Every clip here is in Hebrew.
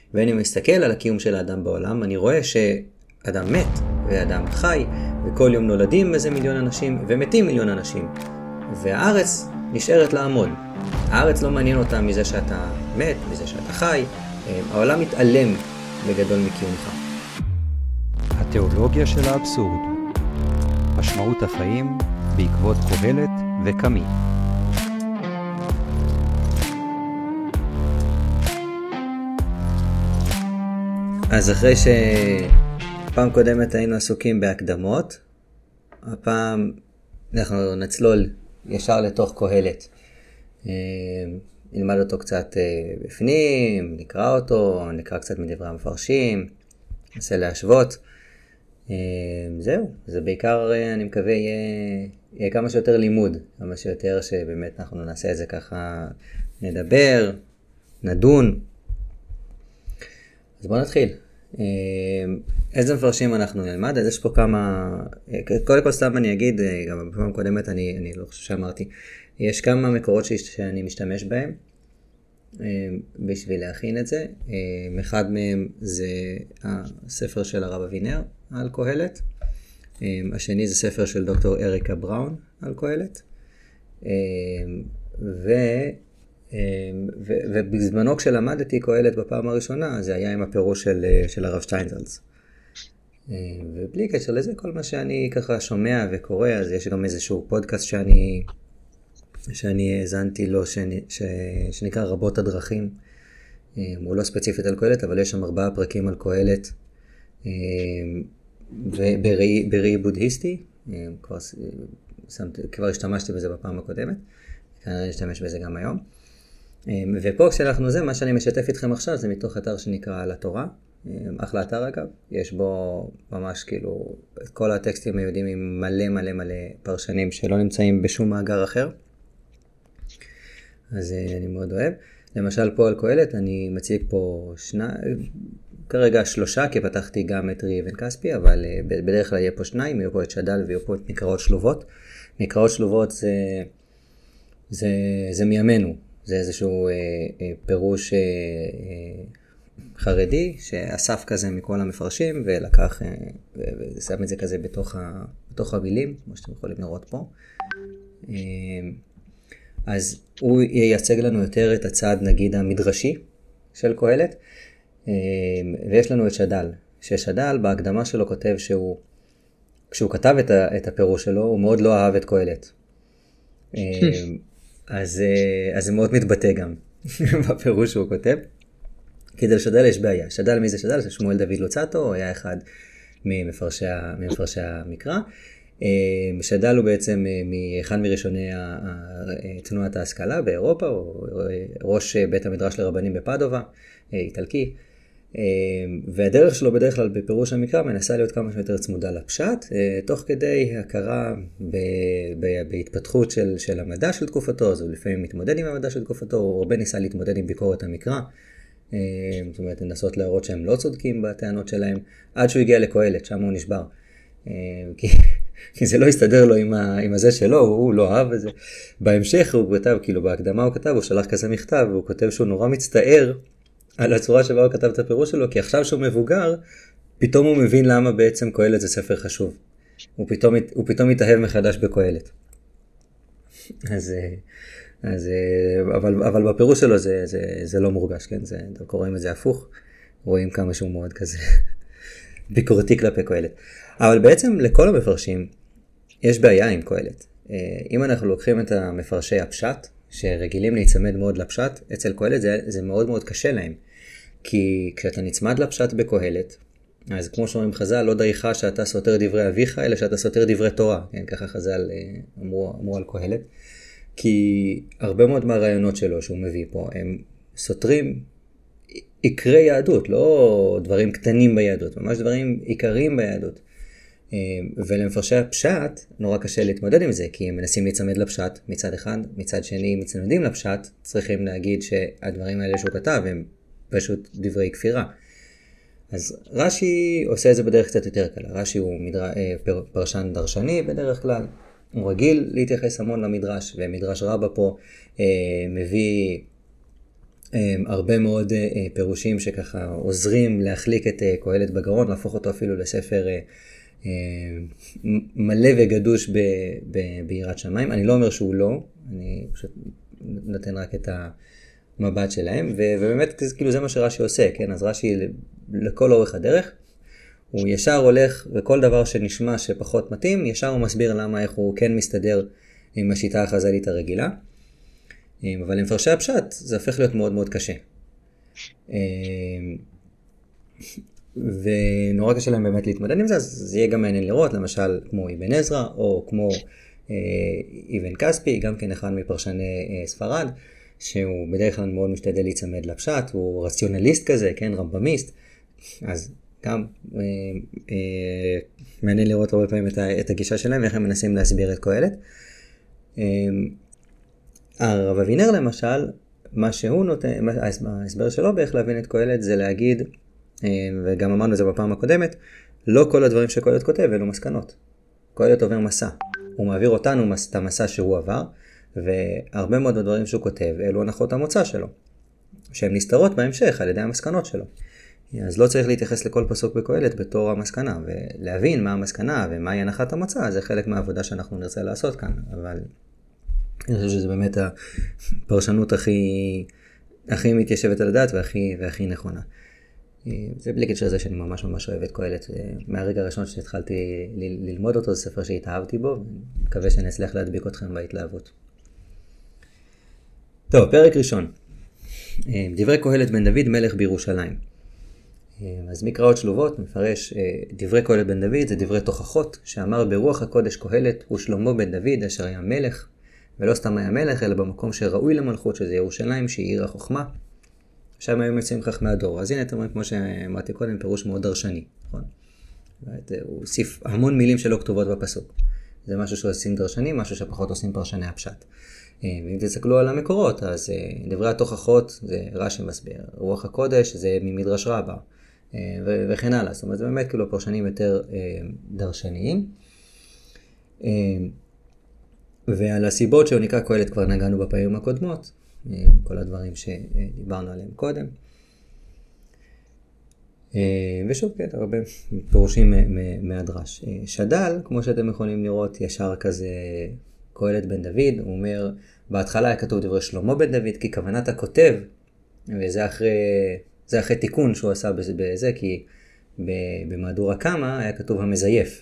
ואני מסתכל על הקיום של האדם בעולם, אני רואה שאדם מת ואדם חי, וכל יום נולדים איזה מיליון אנשים ומתים מיליון אנשים, והארץ נשארת לעמוד. הארץ לא מעניין אותה מזה שאתה מת, מזה שאתה חי, העולם מתעלם בגדול מקיומך. התיאולוגיה של האבסורד, משמעות החיים בעקבות קהלת וקאמי. אז אחרי שפעם קודמת היינו עסוקים בהקדמות, הפעם אנחנו נצלול ישר לתוך קהלת. נלמד אותו קצת בפנים, נקרא אותו, נקרא קצת מדברי המפרשים, ננסה להשוות. זהו, זה בעיקר אני מקווה יהיה כמה שיותר לימוד, כמה שיותר שבאמת אנחנו נעשה את זה ככה, נדבר, נדון. אז בואו נתחיל. איזה מפרשים אנחנו נלמד? אז יש פה כמה, קודם כל סתם אני אגיד, גם בפעם קודמת אני לא חושב שאמרתי, יש כמה מקורות שאני משתמש בהם בשביל להכין את זה. אחד מהם זה הספר של הרב אבינר על קהלת, השני זה ספר של דוקטור אריקה בראון על קהלת, ובזמנו כשלמדתי קהלת בפעם הראשונה, זה היה עם הפירוש של הרב שטיינזלץ. ובלי קשר לזה, כל מה שאני ככה שומע וקורא, אז יש גם איזשהו פודקאסט שאני האזנתי לו, שנקרא רבות הדרכים. הוא לא ספציפית על קהלת, אבל יש שם 4 פרקים על קהלת, בראי בודהיסטי. כבר השתמשתי בזה בפעם הקודמת, כנראה אשתמש בזה גם היום. ופה כשאנחנו זה, מה שאני משתף איתכם עכשיו, זה מתוך אתר שנקרא על התורה. אחלה אתר אגב, יש בו ממש כאילו את כל הטקסטים היהודים עם מלא מלא מלא פרשנים שלא נמצאים בשום מאגר אחר. אז אני מאוד אוהב. למשל פה על קהלת אני מציג פה כרגע 3, כי פתחתי גם את רי אבן כספי, אבל בדרך כלל יהיה פה 2, יהיו פה את שדל ויהיו פה את מקראות שלובות. מקראות שלובות זה מימינו, זה איזשהו פירוש חרדי שאסף כזה מכל המפרשים ולקח ושם את זה כזה בתוך המילים, כמו שאתם יכולים לראות פה. אז הוא ייצג לנו יותר את הצד נגיד המדרשי של קהלת, ויש לנו את שדל, ששדל בהקדמה שלו כותב כשהוא כתב את הפירוש שלו, הוא מאוד לא אהב את קהלת. אז זה מאוד מתבטא גם בפירוש שהוא כותב. כי לשדל יש בעיה. שדל, מי זה שדל? זה שמואל דוד לוצאטו, הוא היה אחד ממפרשי המקרא. שדל הוא בעצם אחד מראשוני תנועת ההשכלה באירופה, הוא ראש בית המדרש לרבנים בפדובה, איטלקי. והדרך שלו בדרך כלל בפירוש המקרא מנסה להיות כמה שיותר צמודה לפשט, תוך כדי הכרה בהתפתחות של המדע של תקופתו, אז הוא לפעמים מתמודד עם המדע של תקופתו, הוא הרבה ניסה להתמודד עם ביקורת המקרא, זאת אומרת לנסות להראות שהם לא צודקים בטענות שלהם, עד שהוא הגיע לקהלת, שם הוא נשבר, כי זה לא הסתדר לו עם הזה שלו, הוא לא אהב את זה. בהמשך הוא כתב, כאילו בהקדמה הוא כתב, הוא שלח כזה מכתב, והוא כותב שהוא נורא מצטער על הצורה שבה הוא כתב את הפירוש שלו, כי עכשיו שהוא מבוגר, פתאום הוא מבין למה בעצם קהלת זה ספר חשוב. הוא פתאום מתאהב מחדש בקהלת. אבל בפירוש שלו זה לא מורגש, כן? קוראים את זה הפוך, רואים כמה שהוא מאוד כזה ביקורתי כלפי קהלת. אבל בעצם לכל המפרשים יש בעיה עם קהלת. אם אנחנו לוקחים את המפרשי הפשט, שרגילים להיצמד מאוד לפשט, אצל קהלת זה מאוד מאוד קשה להם. כי כשאתה נצמד לפשט בקהלת, אז כמו שאומרים חז"ל, לא דריכה שאתה סותר דברי אביך, אלא שאתה סותר דברי תורה. כן, ככה חז"ל אמרו על קהלת. כי הרבה מאוד מהרעיונות שלו שהוא מביא פה, הם סותרים עיקרי יהדות, לא דברים קטנים ביהדות, ממש דברים עיקריים ביהדות. ולמפרשי הפשט נורא קשה להתמודד עם זה, כי הם מנסים להיצמד לפשט מצד אחד, מצד שני מצמדים לפשט, צריכים להגיד שהדברים האלה שהוא כתב הם פשוט דברי כפירה. אז רש"י עושה את זה בדרך קצת יותר קלה. רש"י הוא פרשן דרשני בדרך כלל, הוא רגיל להתייחס המון למדרש, ומדרש רבה פה מביא הרבה מאוד פירושים שככה עוזרים להחליק את קהלת בגרון, להפוך אותו אפילו לספר מלא וגדוש ביראת שמיים. אני לא אומר שהוא לא, אני פשוט נותן רק את המבט שלהם, ובאמת כאילו זה מה שרש"י עושה, כן? אז רש"י לכל אורך הדרך, הוא ישר הולך, וכל דבר שנשמע שפחות מתאים, ישר הוא מסביר למה, איך הוא כן מסתדר עם השיטה החז"לית הרגילה. אבל למפרשי הפשט זה הופך להיות מאוד מאוד קשה. ונורא קשה להם באמת להתמודד עם זה, אז זה יהיה גם מעניין לראות, למשל כמו אבן עזרא, או כמו אבן כספי, גם כן אחד מפרשני ספרד, שהוא בדרך כלל מאוד משתדל להיצמד לפשט, הוא רציונליסט כזה, כן, רמב"מיסט, אז גם מעניין לראות הרבה פעמים את הגישה שלהם, ואיך הם מנסים להסביר את קהלת. הרב אבינר למשל, מה שהוא נותן, ההסבר שלו באיך להבין את קהלת זה להגיד, וגם אמרנו את זה בפעם הקודמת, לא כל הדברים שקהלת כותב אלו מסקנות. קהלת עובר מסע. הוא מעביר אותנו את המסע שהוא עבר, והרבה מאוד הדברים שהוא כותב אלו הנחות המוצא שלו, שהן נסתרות בהמשך על ידי המסקנות שלו. אז לא צריך להתייחס לכל פסוק בקהלת בתור המסקנה, ולהבין מה המסקנה ומהי הנחת המוצא, זה חלק מהעבודה שאנחנו נרצה לעשות כאן, אבל אני חושב שזה באמת הפרשנות הכי מתיישבת על הדעת והכי נכונה. זה בלי קשר לזה שאני ממש ממש אוהב את קהלת. מהרגע הראשון שהתחלתי ללמוד אותו, זה ספר שהתאהבתי בו, ומקווה שאני אצליח להדביק אתכם בהתלהבות. טוב, פרק ראשון. דברי קהלת בן דוד מלך בירושלים. אז מקראות שלובות מפרש דברי קהלת בן דוד זה דברי תוכחות, שאמר ברוח הקודש קהלת הוא שלמה בן דוד אשר היה מלך, ולא סתם היה מלך אלא במקום שראוי למלכות, שזה ירושלים שהיא עיר החוכמה. שם היו מצויים חכמי הדור. אז הנה אתם רואים, כמו שאמרתי קודם, פירוש מאוד דרשני, נכון? הוא הוסיף המון מילים שלא כתובות בפסוק. זה משהו שעושים דרשנים, משהו שפחות עושים פרשני הפשט. ואם תסתכלו על המקורות, אז דברי התוכחות זה רש"י מסביר, רוח הקודש זה ממדרש רבה, וכן הלאה. זאת אומרת, זה באמת כאילו פרשנים יותר דרשניים. ועל הסיבות שהוא נקרא קהלת כבר נגענו בפעמים הקודמות, כל הדברים שדיברנו עליהם קודם. ושוב, כן, הרבה פירושים מהדרש. שד"ל, כמו שאתם יכולים לראות, ישר כזה קהלת בן דוד, הוא אומר, בהתחלה היה כתוב דברי שלמה בן דוד, כי כוונת הכותב, וזה אחרי תיקון שהוא עשה בזה, כי במהדורה קמא היה כתוב המזייף.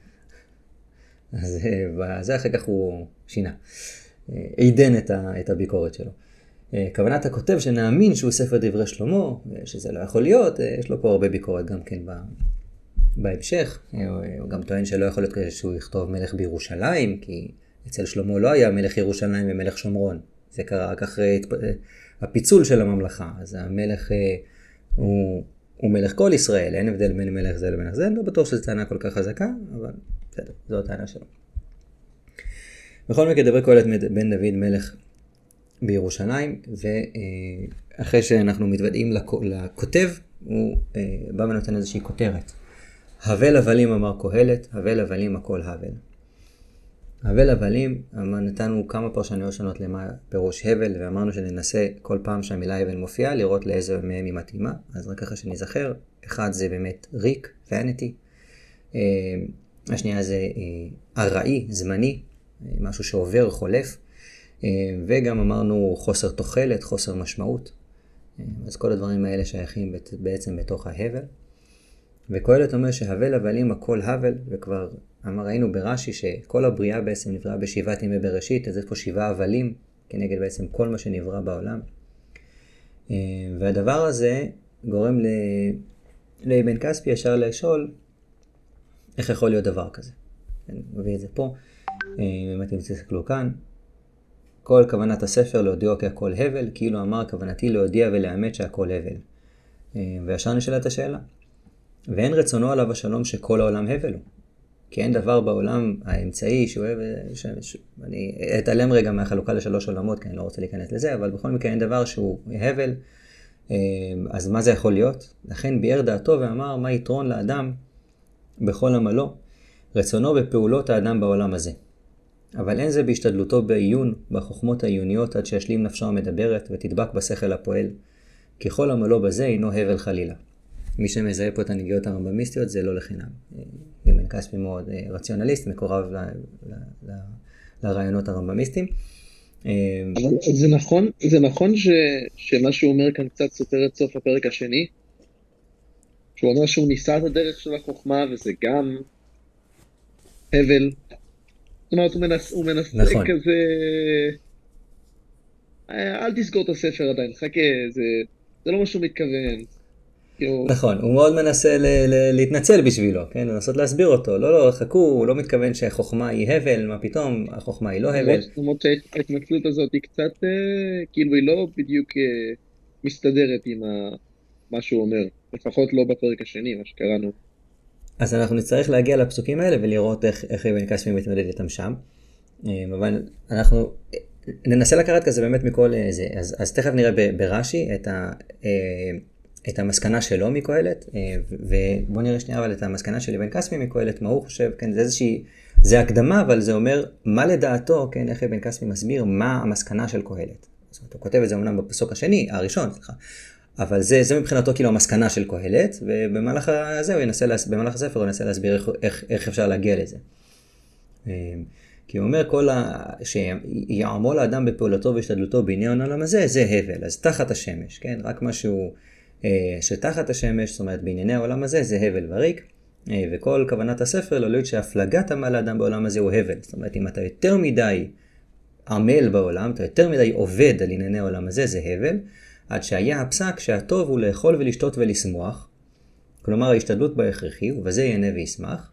אז זה אחר כך הוא שינה, עידן את הביקורת שלו. כוונת הכותב שנאמין שהוא ספר דברי שלמה, שזה לא יכול להיות, יש לו פה הרבה ביקורת גם כן בהמשך. הוא גם טוען שלא יכול להיות כזה שהוא יכתוב מלך בירושלים, כי אצל שלמה לא היה מלך ירושלים ומלך שומרון. זה קרה רק אחרי הפיצול של הממלכה. אז המלך הוא מלך כל ישראל, אין הבדל בין מלך זה למלך זה. אני לא בטוח שזו טענה כל כך חזקה, אבל בסדר, זו הטענה שלו. בכל מקרה דבר קהלת בן דוד מלך בירושלים, ואחרי שאנחנו מתוודעים לכותב, הוא בא ונותן איזושהי כותרת. הבל הבלים אמר קהלת, הבל הבלים הכל הבל. הבל הבלים, נתנו כמה פרשנויות שונות למה פירוש הבל, ואמרנו שננסה כל פעם שהמילה הבל מופיעה, לראות לאיזה מהם היא מתאימה. אז רק ככה שנזכר, אחד זה באמת ריק, vanity. השנייה זה ארעי, זמני, משהו שעובר, חולף. וגם אמרנו חוסר תוחלת, חוסר משמעות. אז כל הדברים האלה שייכים בעצם בתוך ההבל. וקהלת אומר שהבל הבלים הכל הבל, וכבר ראינו ברש"י שכל הבריאה בעצם נבראה בשבעת ימי בראשית, אז יש פה 7 הבלים כנגד בעצם כל מה שנברא בעולם. והדבר הזה גורם לאבן כספי ישר לשאול איך יכול להיות דבר כזה. אני מביא את זה פה, באמת אם תסתכלו כאן, כל כוונת הספר להודיעו כי הכל הבל, כאילו אמר כוונתי להודיע ולאמת שהכל הבל. וישר נשאלת השאלה, ואין רצונו עליו השלום שכל העולם הבל הוא. כי אין דבר בעולם האמצעי שהוא הבל, אני אתעלם רגע מהחלוקה ל3 עולמות, כי אני לא רוצה להיכנס לזה, אבל בכל מקרה אין דבר שהוא הבל, אז מה זה יכול להיות? לכן ביאר דעתו ואמר מה יתרון לאדם בכל עמלו, רצונו בפעולות האדם בעולם הזה. אבל אין זה בהשתדלותו בעיון, בחוכמות העיוניות עד שישלים נפשו המדברת ותדבק בשכל הפועל. ככל עמלו בזה אינו הבל חלילה. מי שמזהה פה את הנגיעות הרמב"מיסטיות זה לא לחינם. בן כספי מאוד רציונליסט, מקורב לרעיונות הרמב"מיסטיים. אבל זה נכון שמה שהוא אומר כאן קצת סותר את סוף הפרק השני, שהוא אומר שהוא ניסה את הדרך של החוכמה וזה גם הבל. זאת אומרת, הוא מנסה נכון. כזה, אל תסגור את הספר עדיין, חכה, זה לא מה שהוא מתכוון. נכון, הוא מאוד מנסה להתנצל בשבילו, כן? לנסות להסביר אותו. לא, חכו, הוא לא מתכוון שהחוכמה היא הבל, מה פתאום, החוכמה היא לא הבל. למרות שההתנצלות הזאת היא קצת, כאילו היא לא בדיוק מסתדרת עם מה שהוא אומר, לפחות לא בפרק השני, מה שקראנו. אז אנחנו נצטרך להגיע לפסוקים האלה ולראות איך בן כספי מתמודד איתם שם. אבל אנחנו ננסה לקחת כזה באמת מכל זה. אז תכף נראה ברש"י את המסקנה שלו מקהלת, ובוא נראה שנייה אבל את המסקנה של בן כספי מקהלת, מה הוא חושב, כן, זה הקדמה, אבל זה אומר מה לדעתו, כן, איך בן כספי מסביר מה המסקנה של קהלת. זאת אומרת, הוא כותב את זה אמנם בפסוק השני, הראשון, סליחה, אבל זה מבחינתו כאילו המסקנה של קהלת, ובמהלך הזה במהלך הספר הוא ינסה להסביר איך אפשר להגיע לזה. כי הוא אומר שיעמול האדם בפעולתו והשתדלותו בעניין העולם הזה, זה הבל, אז תחת השמש, כן, רק משהו שתחת השמש, זאת אומרת בענייני העולם הזה, זה הבל וריק, וכל כוונת הספר להוליד שהפלגת עמל האדם בעולם הזה הוא הבל. זאת אומרת, אם אתה יותר מדי עמל בעולם, אתה יותר מדי עובד על ענייני העולם הזה, זה הבל, עד שהיה הפסק שהטוב הוא לאכול ולשתות ולשמוח, כלומר ההשתדלות בהכרחי, ובזה ייהנה וישמח,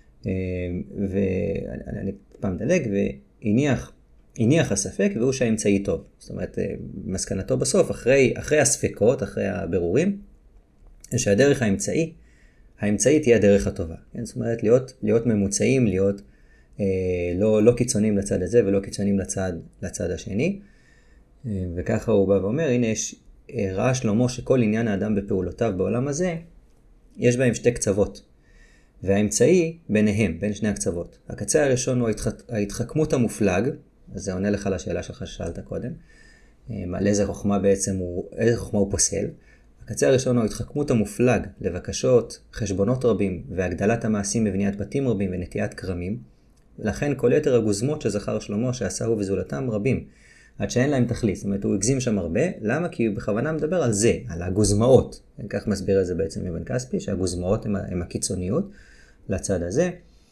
ואני פעם דלג, והניח הספק, והוא שהאמצעי טוב. זאת אומרת, מסקנתו בסוף, אחרי הספקות, אחרי הבירורים, שהדרך האמצעי תהיה הדרך הטובה. כן? זאת אומרת, להיות ממוצעים, להיות לא קיצוניים לצד הזה, ולא קיצוניים לצד השני. וככה הוא בא ואומר, הנה ראה שלמה שכל עניין האדם בפעולותיו בעולם הזה, יש בהם שתי קצוות. והאמצעי ביניהם, בין שני הקצוות. הקצה הראשון הוא ההתחכמות המופלג, אז זה עונה לך לשאלה שלך ששאלת קודם, על איזה חוכמה הוא פוסל. הקצה הראשון הוא ההתחכמות המופלג לבקשות, חשבונות רבים, והגדלת המעשים בבניית בתים רבים ונטיית כרמים. ולכן כל יתר הגוזמות שזכר שלמה שעשהו וזולתם רבים, עד שאין להם תכלית. זאת אומרת, הוא הגזים שם הרבה. למה? כי הוא בכוונה מדבר על זה, על הגוזמאות. כך מסביר את זה בעצם מבן כספי, שהגוזמאות הם הקיצוניות לצד הזה.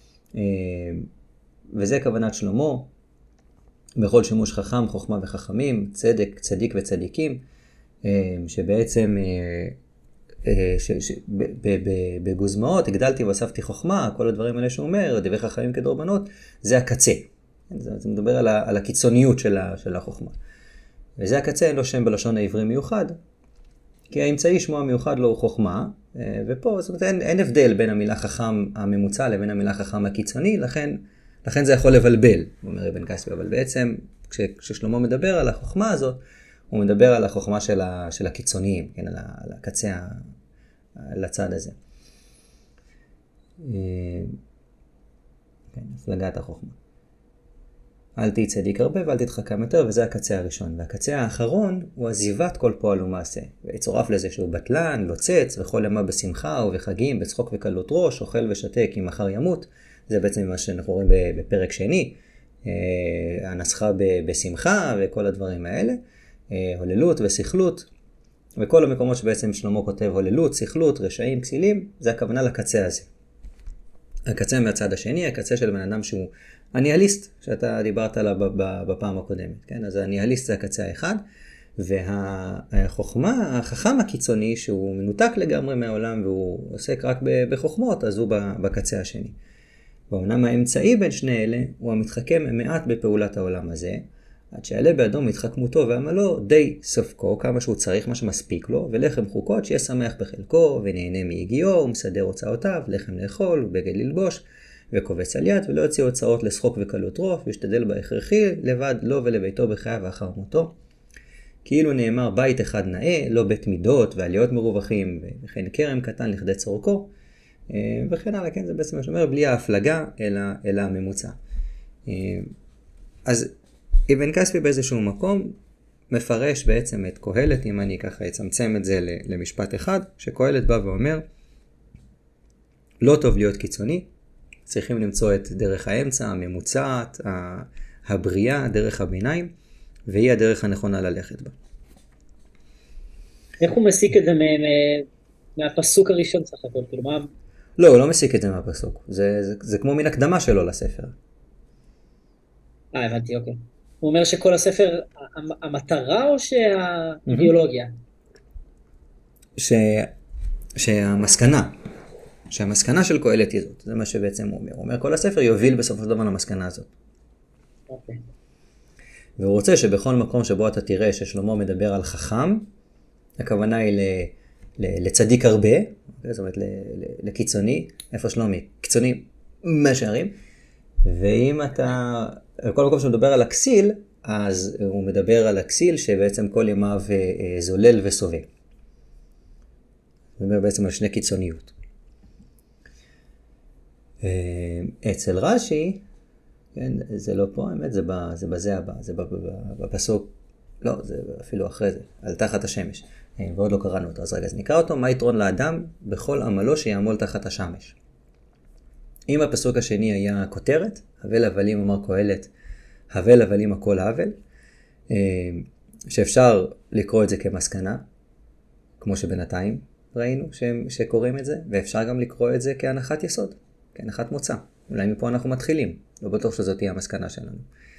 וזה כוונת שלמה, בכל שימוש חכם, חוכמה וחכמים, צדק, צדיק וצדיקים, שבעצם בגוזמאות הגדלתי ואספתי חוכמה, כל הדברים האלה שהוא אומר, דברי חכמים כדרבנות, זה הקצה. זה מדבר על הקיצוניות של החוכמה. וזה הקצה, אין לו שם בלשון העברי מיוחד, כי האמצעי שמו המיוחד לו הוא חוכמה, ופה זאת אומרת, אין הבדל בין המילה חכם הממוצע לבין המילה חכם הקיצוני, לכן זה יכול לבלבל, אומר בן כספי, אבל בעצם כששלמה מדבר על החוכמה הזאת, הוא מדבר על החוכמה של הקיצוניים, כן, על הקצה, לצד הזה. כן, הפלגת החוכמה. אל תהי צדיק הרבה ואל תתחכם יותר, וזה הקצה הראשון. והקצה האחרון הוא עזיבת כל פועל ומעשה. ויצורף לזה שהוא בטלן, לוצץ, וכל ימה בשמחה ובחגים, בצחוק וקלות ראש, אוכל ושתה כי מחר ימות. זה בעצם מה שאנחנו רואים בפרק שני. הנסחה בשמחה וכל הדברים האלה. הוללות וסכלות. וכל המקומות שבעצם שלמה כותב הוללות, סכלות, רשעים, כסילים, זה הכוונה לקצה הזה. הקצה מהצד השני, הקצה של בן אדם שהוא הניהליסט, שאתה דיברת עליו בפעם הקודמת. כן? אז הניהליסט זה הקצה האחד, והחוכמה, החכם הקיצוני, שהוא מנותק לגמרי מהעולם, והוא עוסק רק בחוכמות, אז הוא בקצה השני. ואומנם האמצעי בין שני אלה, הוא המתחכם מעט בפעולת העולם הזה, עד שיעלה באדום התחכמותו ועמלו די ספקו, כמה שהוא צריך, מה שמספיק לו, ולחם חוקות שיהיה שמח בחלקו, ונהנה מיגיעו, ומסדר הוצאותיו, לחם לאכול, ובגד ללבוש, וקובץ על יד, ולא יוציא הוצאות לשחוק וקלות רוף, וישתדל בהכרחי לבד לו ולביתו בחייו ואחר מותו. כאילו נאמר בית אחד נאה, לא בית מידות ועליות מרווחים, וכן כרם קטן לכדי צורכו, וכן הלאה, כן, זה בעצם מה שאומר, בלי ההפלגה אלא הממוצע. אז אבן כספי באיזשהו מקום מפרש בעצם את קהלת, אם אני ככה אצמצם את זה למשפט אחד, שקהלת בא ואומר, לא טוב להיות קיצוני, צריכים למצוא את דרך האמצע, הממוצעת, הבריאה, דרך הביניים, והיא הדרך הנכונה ללכת בה. איך הוא מסיק את זה מהפסוק הראשון סך הכל? כאילו מה... לא, הוא לא מסיק את זה מהפסוק. זה כמו מן הקדמה שלו לספר. הבנתי, אוקיי. הוא אומר שכל הספר, המטרה או שהאידיאולוגיה? שהמסקנה של קהלת היא זאת. זה מה שבעצם הוא אומר. הוא אומר, כל הספר יוביל בסופו של דבר למסקנה הזאת. אוקיי. והוא רוצה שבכל מקום שבו אתה תראה ששלמה מדבר על חכם, הכוונה היא לצדיק הרבה, זאת אומרת לקיצוני, איפה שלומי? קיצוני מהשערים. ואם אתה, בכל מקום שמדבר על הכסיל, אז הוא מדבר על הכסיל שבעצם כל ימיו זולל וסובב. הוא אומר בעצם על שני קיצוניות. אצל רש"י, כן, זה לא פה, האמת, זה בזה הבא, זה בפסוק, לא, זה אפילו אחרי זה, על תחת השמש. ועוד לא קראנו אותו, אז רגע, אז נקרא אותו, מה יתרון לאדם בכל עמלו שיעמול תחת השמש. אם הפסוק השני היה כותרת, הבל הבלים אמר קהלת, הבל הבלים הכל הבל, שאפשר לקרוא את זה כמסקנה, כמו שבינתיים ראינו שקוראים את זה, ואפשר גם לקרוא את זה כהנחת יסוד, כהנחת מוצא. אולי מפה אנחנו מתחילים, לא בטוח שזאת תהיה המסקנה שלנו.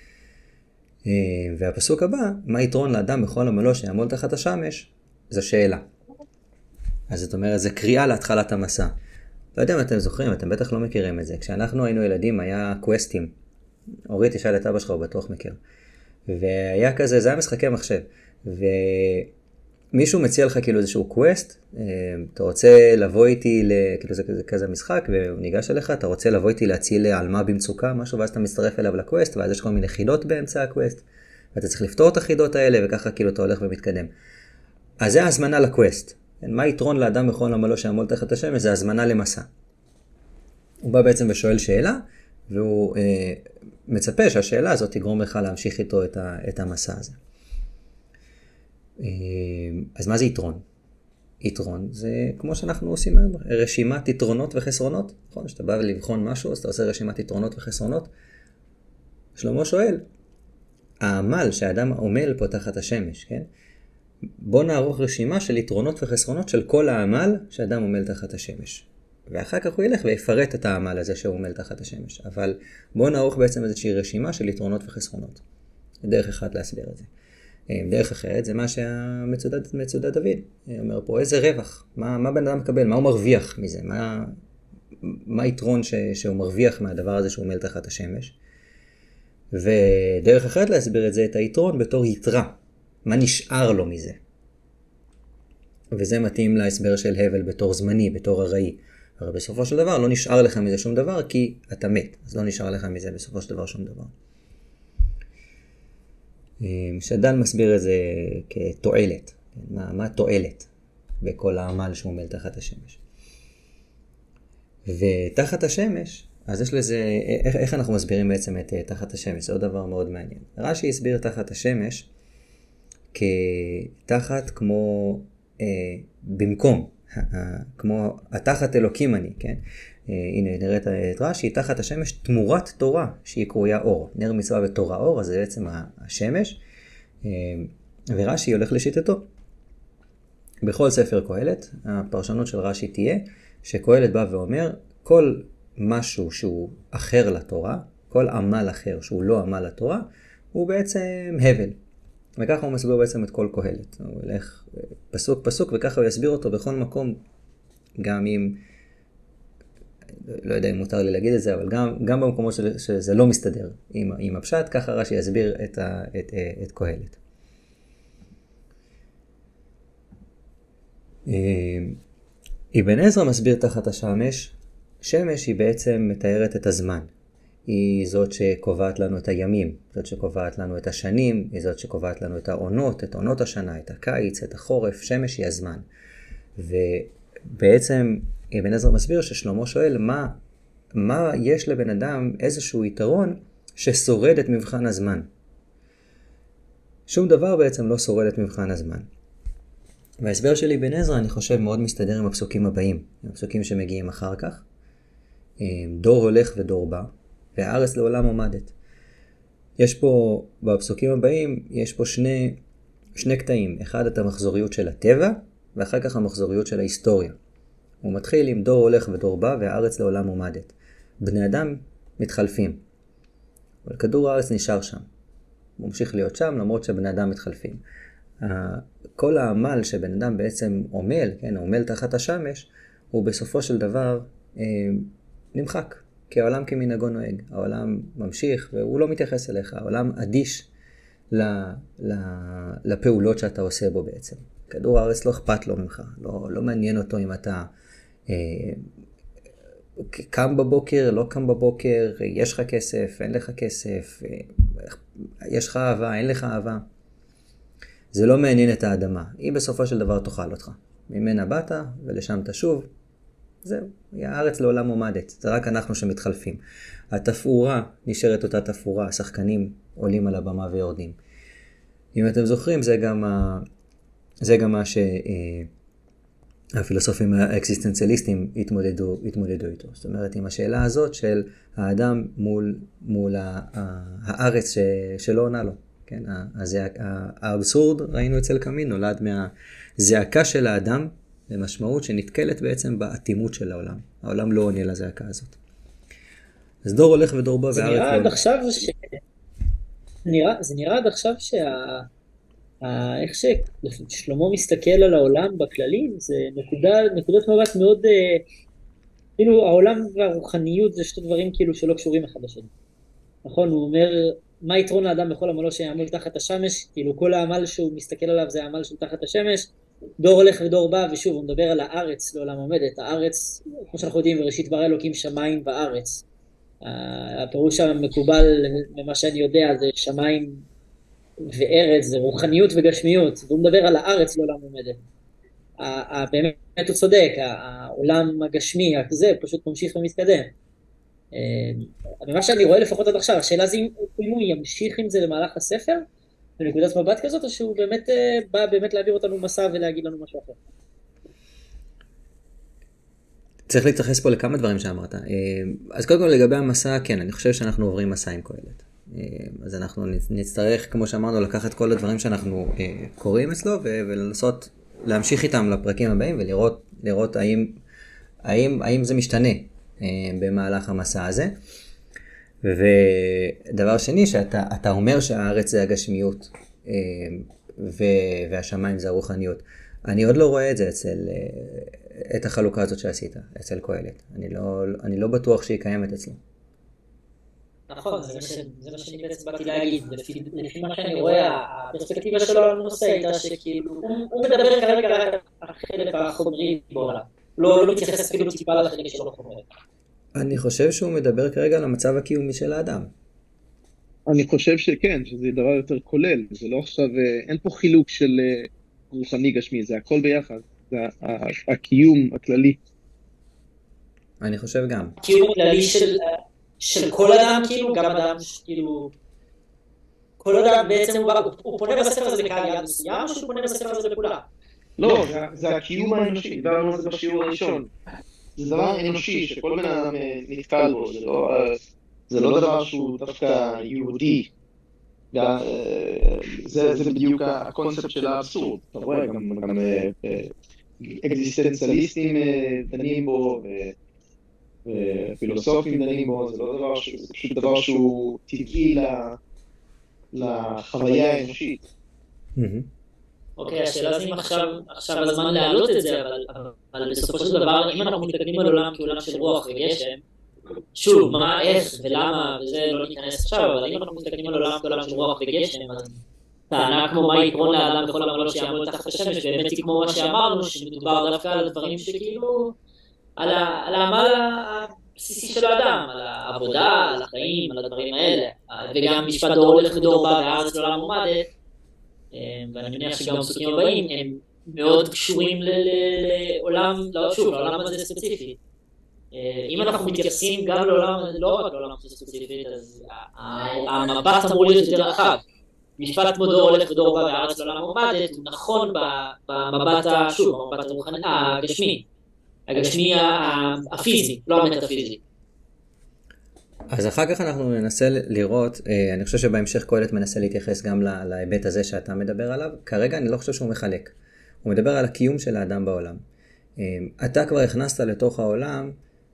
והפסוק הבא, מה יתרון לאדם בכל עמלו שיעמול תחת השמש, זו שאלה. אז זאת אומרת, זה קריאה להתחלת המסע. לא יודע אם אתם זוכרים, אתם בטח לא מכירים את זה. כשאנחנו היינו ילדים היה קווסטים. אורית תשאל את אבא שלך, הוא בטוח מכיר. והיה כזה, זה היה משחקי מחשב. ומישהו מציע לך כאילו איזשהו קווסט, אתה רוצה לבוא איתי, כאילו זה כזה משחק, והוא ניגש אליך, אתה רוצה לבוא איתי להציל עלמה במצוקה, משהו, ואז אתה מצטרף אליו לקווסט, ואז יש כל מיני חידות באמצע הקווסט, ואתה צריך לפתור את החידות האלה, וככה כאילו אתה הולך ומתקדם. אז זה ההזמנה לקווסט. מה יתרון לאדם בכל עמלו שיעמול תחת השמש? זה הזמנה למסע. הוא בא בעצם ושואל שאלה, והוא מצפה שהשאלה הזאת תגרום לך להמשיך איתו את המסע הזה. אז מה זה יתרון? יתרון זה כמו שאנחנו עושים היום, רשימת יתרונות וחסרונות. נכון? כשאתה בא לבחון משהו, אז אתה עושה רשימת יתרונות וחסרונות. שלמה שואל, העמל שהאדם עמל פה תחת השמש, כן? בוא נערוך רשימה של יתרונות וחסרונות של כל העמל שאדם עמל תחת השמש. ואחר כך הוא ילך ויפרט את העמל הזה שהוא עמל תחת השמש. אבל בוא נערוך בעצם איזושהי רשימה של יתרונות וחסרונות. דרך אחת להסביר את זה. דרך אחרת זה מה שהמצודת דוד אומר פה, איזה רווח, מה בן אדם מקבל, מה הוא מרוויח מזה, מה היתרון שהוא מרוויח מהדבר הזה שהוא עמל תחת השמש. ודרך אחרת להסביר את זה, את היתרון בתור יתרה. מה נשאר לו מזה? וזה מתאים להסבר של הבל בתור זמני, בתור הראי. הרי בסופו של דבר לא נשאר לך מזה שום דבר כי אתה מת. אז לא נשאר לך מזה בסופו של דבר שום דבר. שדל מסביר את זה כתועלת. מה תועלת בכל העמל שהוא עמל תחת השמש? ותחת השמש, אז יש לזה, איך אנחנו מסבירים בעצם את תחת השמש? זה עוד דבר מאוד מעניין. רש"י הסביר תחת השמש כתחת כמו במקום, כמו התחת אלוקים אני, כן? הנה נראית את רש"י, תחת השמש תמורת תורה שהיא קרויה אור. נר מצווה ותורה אור, אז זה בעצם השמש, ורש"י הולך לשיטתו. בכל ספר קהלת, הפרשנות של רש"י תהיה שקהלת בא ואומר, כל משהו שהוא אחר לתורה, כל עמל אחר שהוא לא עמל לתורה, הוא בעצם הבל. וככה הוא מסביר בעצם את כל קהלת. הוא ילך פסוק פסוק וככה הוא יסביר אותו בכל מקום, גם אם, לא יודע אם מותר לי להגיד את זה, אבל גם במקומות שזה לא מסתדר עם הפשט, ככה רש"י יסביר את קהלת. אבן עזרא מסביר תחת השמש, שמש היא בעצם מתארת את הזמן. היא זאת שקובעת לנו את הימים, זאת שקובעת לנו את השנים, היא זאת שקובעת לנו את העונות, את עונות השנה, את הקיץ, את החורף, שמש היא הזמן. ובעצם אבן עזרא מסביר ששלמה שואל מה יש לבן אדם איזשהו יתרון ששורד את מבחן הזמן. שום דבר בעצם לא שורד את מבחן הזמן. וההסבר שלי בן עזרא, אני חושב, מאוד מסתדר עם הפסוקים הבאים, עם הפסוקים שמגיעים אחר כך. דור הולך ודור בא, והארץ לעולם עומדת. יש פה, בפסוקים הבאים, יש פה שני קטעים. אחד, את המחזוריות של הטבע, ואחר כך המחזוריות של ההיסטוריה. הוא מתחיל עם דור הולך ודור בא, והארץ לעולם עומדת. בני אדם מתחלפים, אבל כדור הארץ נשאר שם. הוא ממשיך להיות שם, למרות שבני אדם מתחלפים. כל העמל שבן אדם בעצם עומל, כן, עומל תחת השמש, הוא בסופו של דבר נמחק. כי העולם כמנהגו נוהג. העולם ממשיך והוא לא מתייחס אליך. העולם אדיש לפעולות שאתה עושה בו בעצם. כדור הארץ לא אכפת לו ממך. לא מעניין אותו אם אתה קם בבוקר, לא קם בבוקר, יש לך כסף, אין לך כסף, יש לך אהבה, אין לך אהבה. זה לא מעניין את האדמה. היא בסופו של דבר תאכל אותך. ממנה באת ולשם תשוב. זהו, הארץ לעולם עומדת. זה רק אנחנו שמתחלפים. התפאורה נשארת אותה תפאורה. השחקנים עולים על הבמה ויורדים. אם אתם זוכרים, זה גם מה שהפילוסופים האקזיסטנציאליסטים התמודדו איתו. זאת אומרת, עם השאלה הזאת של האדם מול הארץ שלא עונה לו. כן? האבסורד, ראינו אצל קמין, נולד מהזעקה של האדם, למשמעות שנתקלת בעצם באטימות של העולם. העולם לא עונה לזעקה הזאת. אז דור הולך ודור בא, זה נראה עד עכשיו זה נראה עד עכשיו איך ששלמה מסתכל על העולם בכללי, זה נקודת מבט מאוד, כאילו העולם והרוחניות זה שתי דברים כאילו שלא קשורים אחד לשני. נכון, הוא אומר, מה יתרון האדם בכל עמלו שיעמל תחת השמש? כאילו כל העמל שהוא מסתכל עליו זה העמל של תחת השמש. דור הולך ודור בא, ושוב הוא מדבר על הארץ לעולם עומדת. הארץ, כמו שאנחנו יודעים, בראשית ברא אלוקים שמיים וארץ. הפירוש המקובל ממה שאני יודע זה שמיים וארץ, זה רוחניות וגשמיות, והוא מדבר על הארץ לעולם עומדת. באמת הוא צודק, העולם הגשמי הזה פשוט ממשיך ומתקדם. ממה שאני רואה לפחות עד עכשיו, השאלה זה אם הוא ימשיך עם זה למהלך הספר, בנקודת מבט כזאת, או שהוא באמת בא באמת להעביר אותנו מסע ולהגיד לנו משהו אחר. צריך להתייחס פה לכמה דברים שאמרת. אז קודם כל לגבי המסע, כן, אני חושב שאנחנו עוברים מסע עם קהלת. אז אנחנו נצטרך, כמו שאמרנו, לקחת כל הדברים שאנחנו קוראים אצלו, ולנסות להמשיך איתם לפרקים הבאים, ולראות האם זה משתנה במהלך המסע הזה. ודבר שני, שאתה אומר שהארץ זה הגשמיות, והשמיים זה הרוחניות. אני עוד לא רואה את זה את החלוקה הזאת שעשית, אצל קהלת. אני לא בטוח שהיא קיימת אצלו. נכון, זה מה שאני בעצם באתי להגיד. לפי מה שאני רואה, הפרספקטיבה שלו על הנושא הייתה שכאילו, הוא מדבר כרגע רק על החלק החומרי בעולם. לא מתייחס אפילו טיפה לחלק שלו חומרי. אני חושב שהוא מדבר כרגע על המצב הקיומי של האדם. אני חושב שכן, שזה דבר יותר כולל. זה לא עכשיו, אין פה חילוק של רוחני גשמי, זה הכל ביחד. זה הקיום הכללי. אני חושב גם. הקיום הכללי של כל אדם, כאילו, גם אדם, כאילו, כל אדם בעצם הוא פונה בספר הזה לקהל יד מסוים, או שהוא פונה בספר הזה לכולם? לא, זה הקיום האנושי, דיברנו על זה בשיעור הראשון. זה דבר אנושי שכל בן אדם נתקל בו, זה לא דבר שהוא דווקא יהודי. זה בדיוק הקונספט של האבסורד. אתה רואה, גם אקזיסטנציאליסטים דנים בו, ופילוסופים דנים בו, זה לא דבר, זה פשוט דבר שהוא טבעי לחוויה האנושית. אוקיי, השאלה זה אם עכשיו הזמן להעלות את זה, אבל בסופו של דבר, אם אנחנו מתקדמים על עולם כעולם של רוח וגשם, שוב, מה, איך ולמה, וזה לא ניכנס עכשיו, אבל אם אנחנו מתקדמים על עולם כעולם של רוח וגשם, אז טענה כמו מה יתרון לאדם בכל עמלו שיעמוד תחת השמש, באמת היא כמו מה שאמרנו, שמדובר דווקא על הדברים שכאילו, על העמל הבסיסי של האדם, על העבודה, על החיים, על הדברים האלה, וגם משפט דור הולך ודור בא והארץ לעולם עומדת, ואני מניח שגם הפסוקים הבאים הם מאוד קשורים לעולם, שוב, לעולם הזה ספציפי. אם אנחנו מתייחסים גם לעולם, לא רק לעולם ספציפית, אז המבט אמור להיות יותר רחב. משפט כמו דור הולך ודור בא והארץ לעולם עומדת, הוא נכון במבט, שוב, במבט הרוחני, הגשמי הפיזי, לא המטאפיזי. אז אחר כך אנחנו ננסה לראות, אני חושב שבהמשך קהלת מנסה להתייחס גם להיבט הזה שאתה מדבר עליו. כרגע אני לא חושב שהוא מחלק. הוא מדבר על הקיום של האדם בעולם. אתה כבר הכנסת לתוך העולם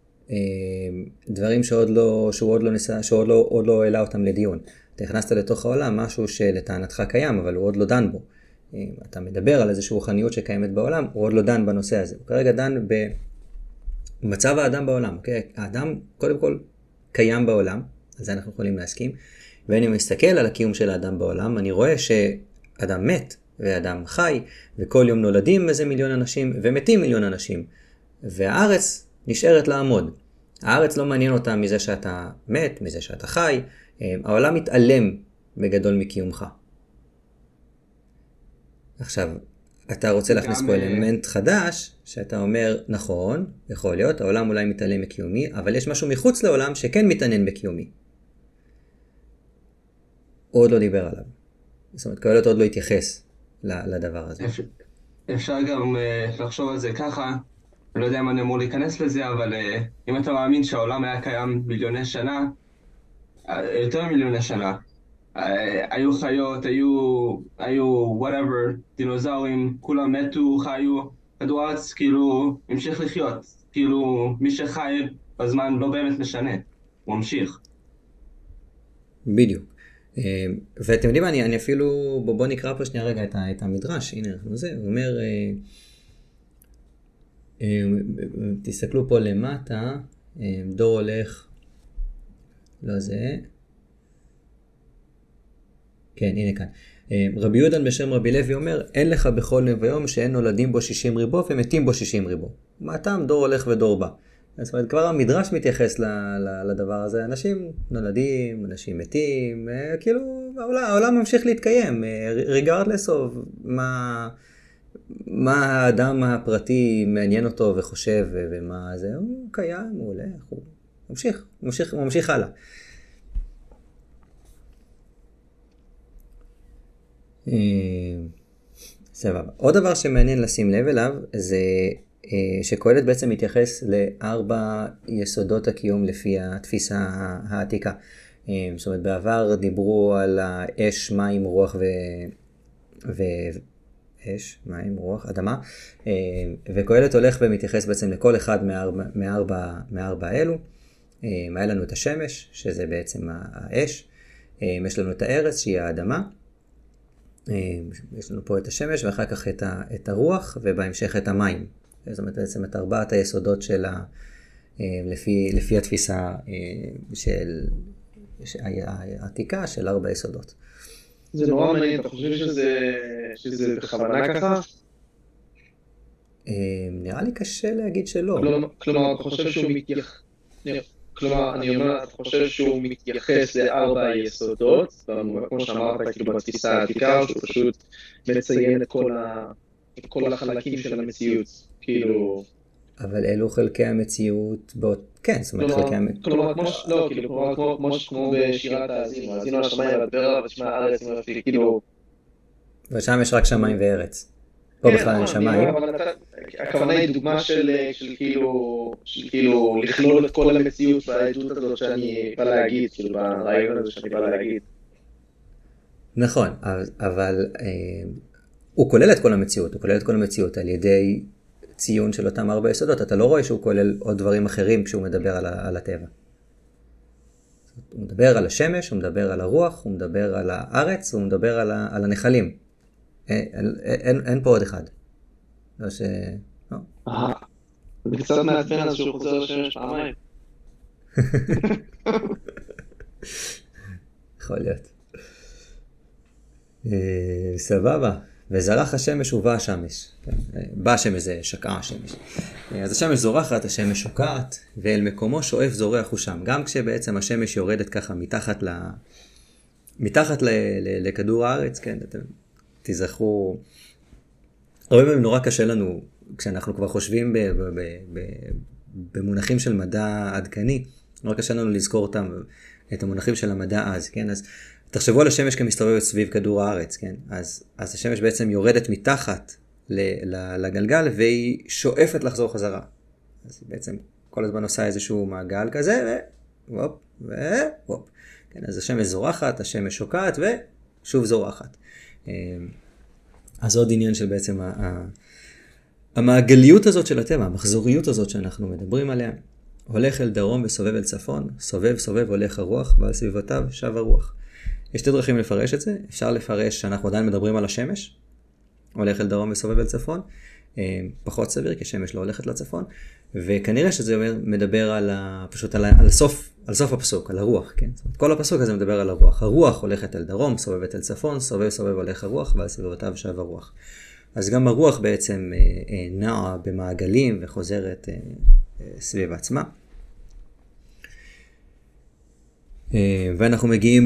דברים שעוד לא העלה אותם לדיון. אתה הכנסת לתוך העולם משהו שלטענתך קיים, אבל הוא עוד לא דן בו. אתה מדבר על איזושהי רוחניות שקיימת בעולם, הוא עוד לא דן בנושא הזה. הוא כרגע דן במצב האדם בעולם. האדם קודם כל קיים בעולם, על זה אנחנו יכולים להסכים. ואני מסתכל על הקיום של האדם בעולם, אני רואה שאדם מת ואדם חי, וכל יום נולדים איזה מיליון אנשים, ומתים מיליון אנשים. והארץ נשארת לעמוד. הארץ לא מעניין אותה מזה שאתה מת, מזה שאתה חי. העולם מתעלם בגדול מקיומך. עכשיו, אתה רוצה להכניס פה אלמנט חדש, שאתה אומר, נכון, יכול להיות, העולם אולי מתעלם מקיומי, אבל יש משהו מחוץ לעולם שכן מתעניין בקיומי. עוד לא דיבר עליו. זאת אומרת, קהלת עוד לא התייחס לדבר הזה. אפשר גם לחשוב על זה ככה, אני לא יודע אם אני אמור להיכנס לזה, אבל אם אתה מאמין שהעולם היה קיים מיליוני שנה, יותר מיליוני שנה, היו חיות, היו whatever, דינוזאורים, כולם מתו, חיו, כדור הארץ כאילו המשיך לחיות, כאילו מי שחי בזמן לא באמת משנה, הוא ממשיך. בדיוק. ואתם יודעים, אני אפילו, בוא נקרא פה שנייה רגע את המדרש, הנה אנחנו זה, הוא אומר, תסתכלו פה למטה, דור הולך, לא זה, כן, הנה כאן. רבי יהודן בשם רבי לוי אומר, אין לך בכל יום ויום שאין נולדים בו 60 ריבו ומתים בו 60 ריבו. מה טעם? דור הולך ודור בא. זאת אומרת, כבר המדרש מתייחס לדבר הזה. אנשים נולדים, אנשים מתים, כאילו העולם ממשיך להתקיים, regardless of מה האדם הפרטי מעניין אותו וחושב ומה זה, הוא קיים, הוא הולך, הוא ממשיך הלאה. סבבה. עוד דבר שמעניין לשים לב אליו זה שקהלת בעצם מתייחס לארבע יסודות הקיום לפי התפיסה העתיקה. זאת אומרת, בעבר דיברו על האש, מים, רוח אש, מים, רוח, אדמה, וקהלת הולך ומתייחס בעצם לכל אחד מארבע האלו. היה לנו את השמש, שזה בעצם האש, יש לנו את הארץ, שהיא האדמה, יש לנו פה את השמש, ואחר כך את הרוח, ובהמשך את המים. זאת אומרת, בעצם את ארבעת היסודות שלה, לפי התפיסה של העתיקה של ארבע יסודות. זה נורא מעניין, אתה חושב שזה בכוונה ככה? נראה לי קשה להגיד שלא. כלומר, אתה חושב שהוא כלומר, אני אומר, אתה חושב שהוא מתייחס לארבע היסודות, כמו שאמרת, כאילו בתפיסה העתיקה, שהוא פשוט מציין את כל החלקים של המציאות, כאילו... אבל אלו חלקי המציאות, כן, זאת אומרת חלקי המציאות. כלומר, כמו בשירת האזינו, האזינו על השמיים והדברה, ושמע הארץ, כאילו... ושם יש רק שמיים וארץ. פה בכלל אין שמיים. הכוונה היא דוגמה של כאילו לכלול את כל המציאות בעדות הזאת שאני בא להגיד, כאילו ברעיון הזה שאני בא להגיד. נכון, אבל הוא כולל את כל המציאות, הוא כולל את כל המציאות על ידי ציון של אותם ארבע יסודות. אתה לא רואה שהוא כולל עוד דברים אחרים כשהוא מדבר על הטבע. הוא מדבר על השמש, הוא מדבר על הרוח, הוא מדבר על הארץ, הוא מדבר על הנחלים. אין פה עוד אחד. לא ש... זה קצת מעצבן אז שהוא חוזר לשמש פעמיים. יכול להיות. סבבה. וזרח השמש ובא השמש. בא השמש זה שקעה השמש. אז השמש זורחת, השמש שוקעת, ואל מקומו שואף זורח הוא שם. גם כשבעצם השמש יורדת ככה מתחת לכדור הארץ, כן, אתם תזכרו, הרבה פעמים נורא קשה לנו, כשאנחנו כבר חושבים במונחים של מדע עדכני, לא קשה לנו לזכור אותם, את המונחים של המדע אז, כן? אז תחשבו על השמש כמסתובבת סביב כדור הארץ, כן? אז השמש בעצם יורדת מתחת לגלגל, והיא שואפת לחזור חזרה. אז היא בעצם כל הזמן עושה איזשהו מעגל כזה, ווופ, ווופ. כן, אז השמש זורחת, השמש שוקעת, ושוב זורחת. אז עוד עניין של בעצם המעגליות הזאת של הטבע, המחזוריות הזאת שאנחנו מדברים עליה, הולך אל דרום וסובב אל צפון, סובב סובב הולך הרוח, ועל סביבותיו שב הרוח. יש שתי דרכים לפרש את זה, אפשר לפרש שאנחנו עדיין מדברים על השמש, הולך אל דרום וסובב אל צפון, פחות סביר, כי השמש לא הולכת לצפון, וכנראה שזה מדבר פשוט על סוף הפסוק, על הרוח, כן? זאת אומרת, כל הפסוק הזה מדבר על הרוח. הרוח הולכת אל דרום, סובבת אל צפון, סובב סובב הולך הרוח, ועל סביבותיו שב הרוח. אז גם הרוח בעצם נעה במעגלים וחוזרת סביב עצמה. ואנחנו מגיעים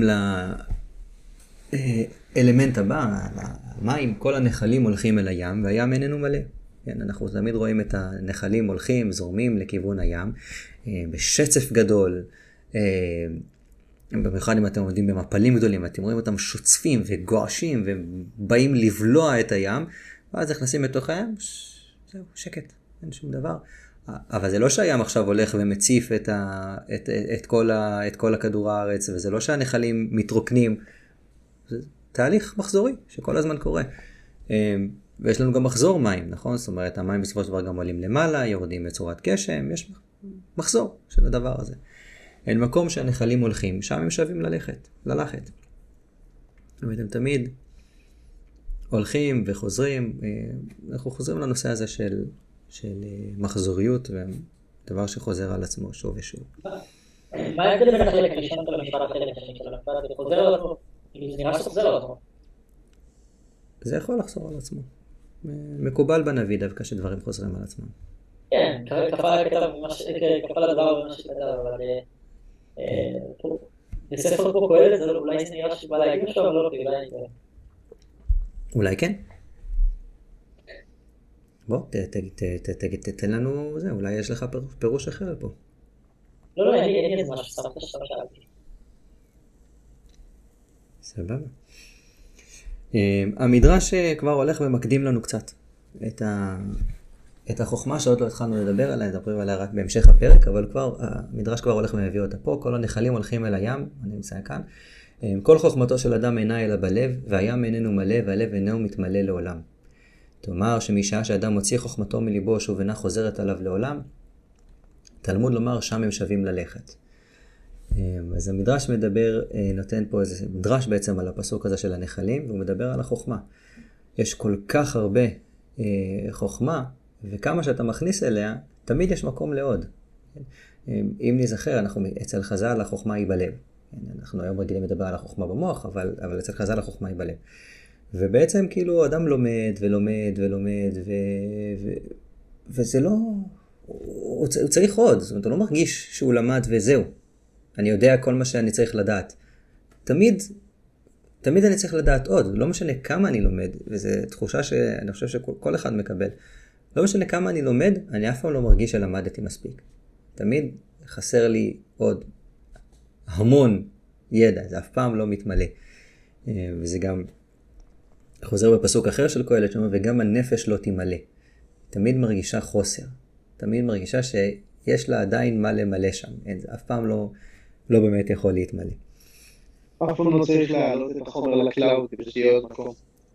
לאלמנט הבא, המים, כל הנחלים הולכים אל הים, והים איננו מלא. כן, אנחנו תמיד רואים את הנחלים הולכים, זורמים לכיוון הים, בשצף גדול, במיוחד אם אתם עומדים במפלים גדולים, אתם רואים אותם שוצפים וגועשים, ובאים לבלוע את הים, ואז נכנסים לתוך הים, זהו, שקט, אין שום דבר. אבל זה לא שהים עכשיו הולך ומציף את כל הכדור הארץ, וזה לא שהנחלים מתרוקנים, זה תהליך מחזורי שכל הזמן קורה. ויש לנו גם מחזור מים, נכון? זאת אומרת, המים בסופו של דבר גם עולים למעלה, יורדים בצורת גשם, יש מחזור של הדבר הזה. אין מקום שהנחלים הולכים, שם הם שווים ללכת. ואתם תמיד הולכים וחוזרים, אנחנו חוזרים לנושא הזה של מחזוריות, ודבר שחוזר על עצמו שוב ושוב. מה ההבדל בין החלק הראשון למשפט החלק השני של המשפט? זה חוזר על עצמו? זה נראה שחוזר על עצמו. זה יכול לחזור על עצמו. מקובל בנביא דווקא שדברים חוזרים על עצמם. כן, כפל הדבר במה שכתב, אבל בספר פה קהלת, זה אולי זה נראה שבא להגיד משהו, אבל לא, אולי כן. בוא, תתן לנו זה, אולי יש לך פירוש אחר פה. לא, אין איזה משהו, סתם שאלתי. סבבה. המדרש כבר הולך ומקדים לנו קצת את החוכמה שעוד לא התחלנו לדבר עליה, נדברים עליה רק בהמשך הפרק, אבל המדרש כבר הולך ומביא אותה פה, כל הנחלים הולכים אל הים, אני נמצא כאן. כל חוכמתו של אדם אינה אלא בלב, והים איננו מלא, והלב אינו מתמלא לעולם. תאמר שמשעה שאדם מוציא חוכמתו מליבו שוב אינה חוזרת עליו לעולם, תלמוד לומר שם הם שווים ללכת. אז המדרש נותן פה איזה מדרש בעצם על הפסוק הזה של הנחלים, והוא מדבר על החוכמה. יש כל כך הרבה חוכמה, וכמה שאתה מכניס אליה, תמיד יש מקום לעוד. אם נזכר, אצל חז"ל החוכמה היא בלב. אנחנו היום רגילים לדבר על החוכמה במוח, אבל אצל חז"ל החוכמה היא בלב. ובעצם כאילו אדם לומד ולומד ולומד, וזה לא... הוא צריך עוד, זאת אומרת, הוא לא מרגיש שהוא למד וזהו. אני יודע כל מה שאני צריך לדעת. תמיד אני צריך לדעת עוד, לא משנה כמה אני לומד, וזו תחושה שאני חושב שכל אחד מקבל. לא משנה כמה אני לומד, אני אף פעם לא מרגיש שלמדתי מספיק. תמיד חסר לי עוד המון ידע, זה אף פעם לא מתמלא. וזה גם חוזר בפסוק אחר של קהלת, שאומר, וגם הנפש לא תמלא. תמיד מרגישה חוסר. תמיד מרגישה שיש לה עדיין מה למלא שם. זה אף פעם לא באמת יכול להתמלא. אף פעם לא צריך להעלות את החומר לקלאוד, כדי שיהיה עוד מקום.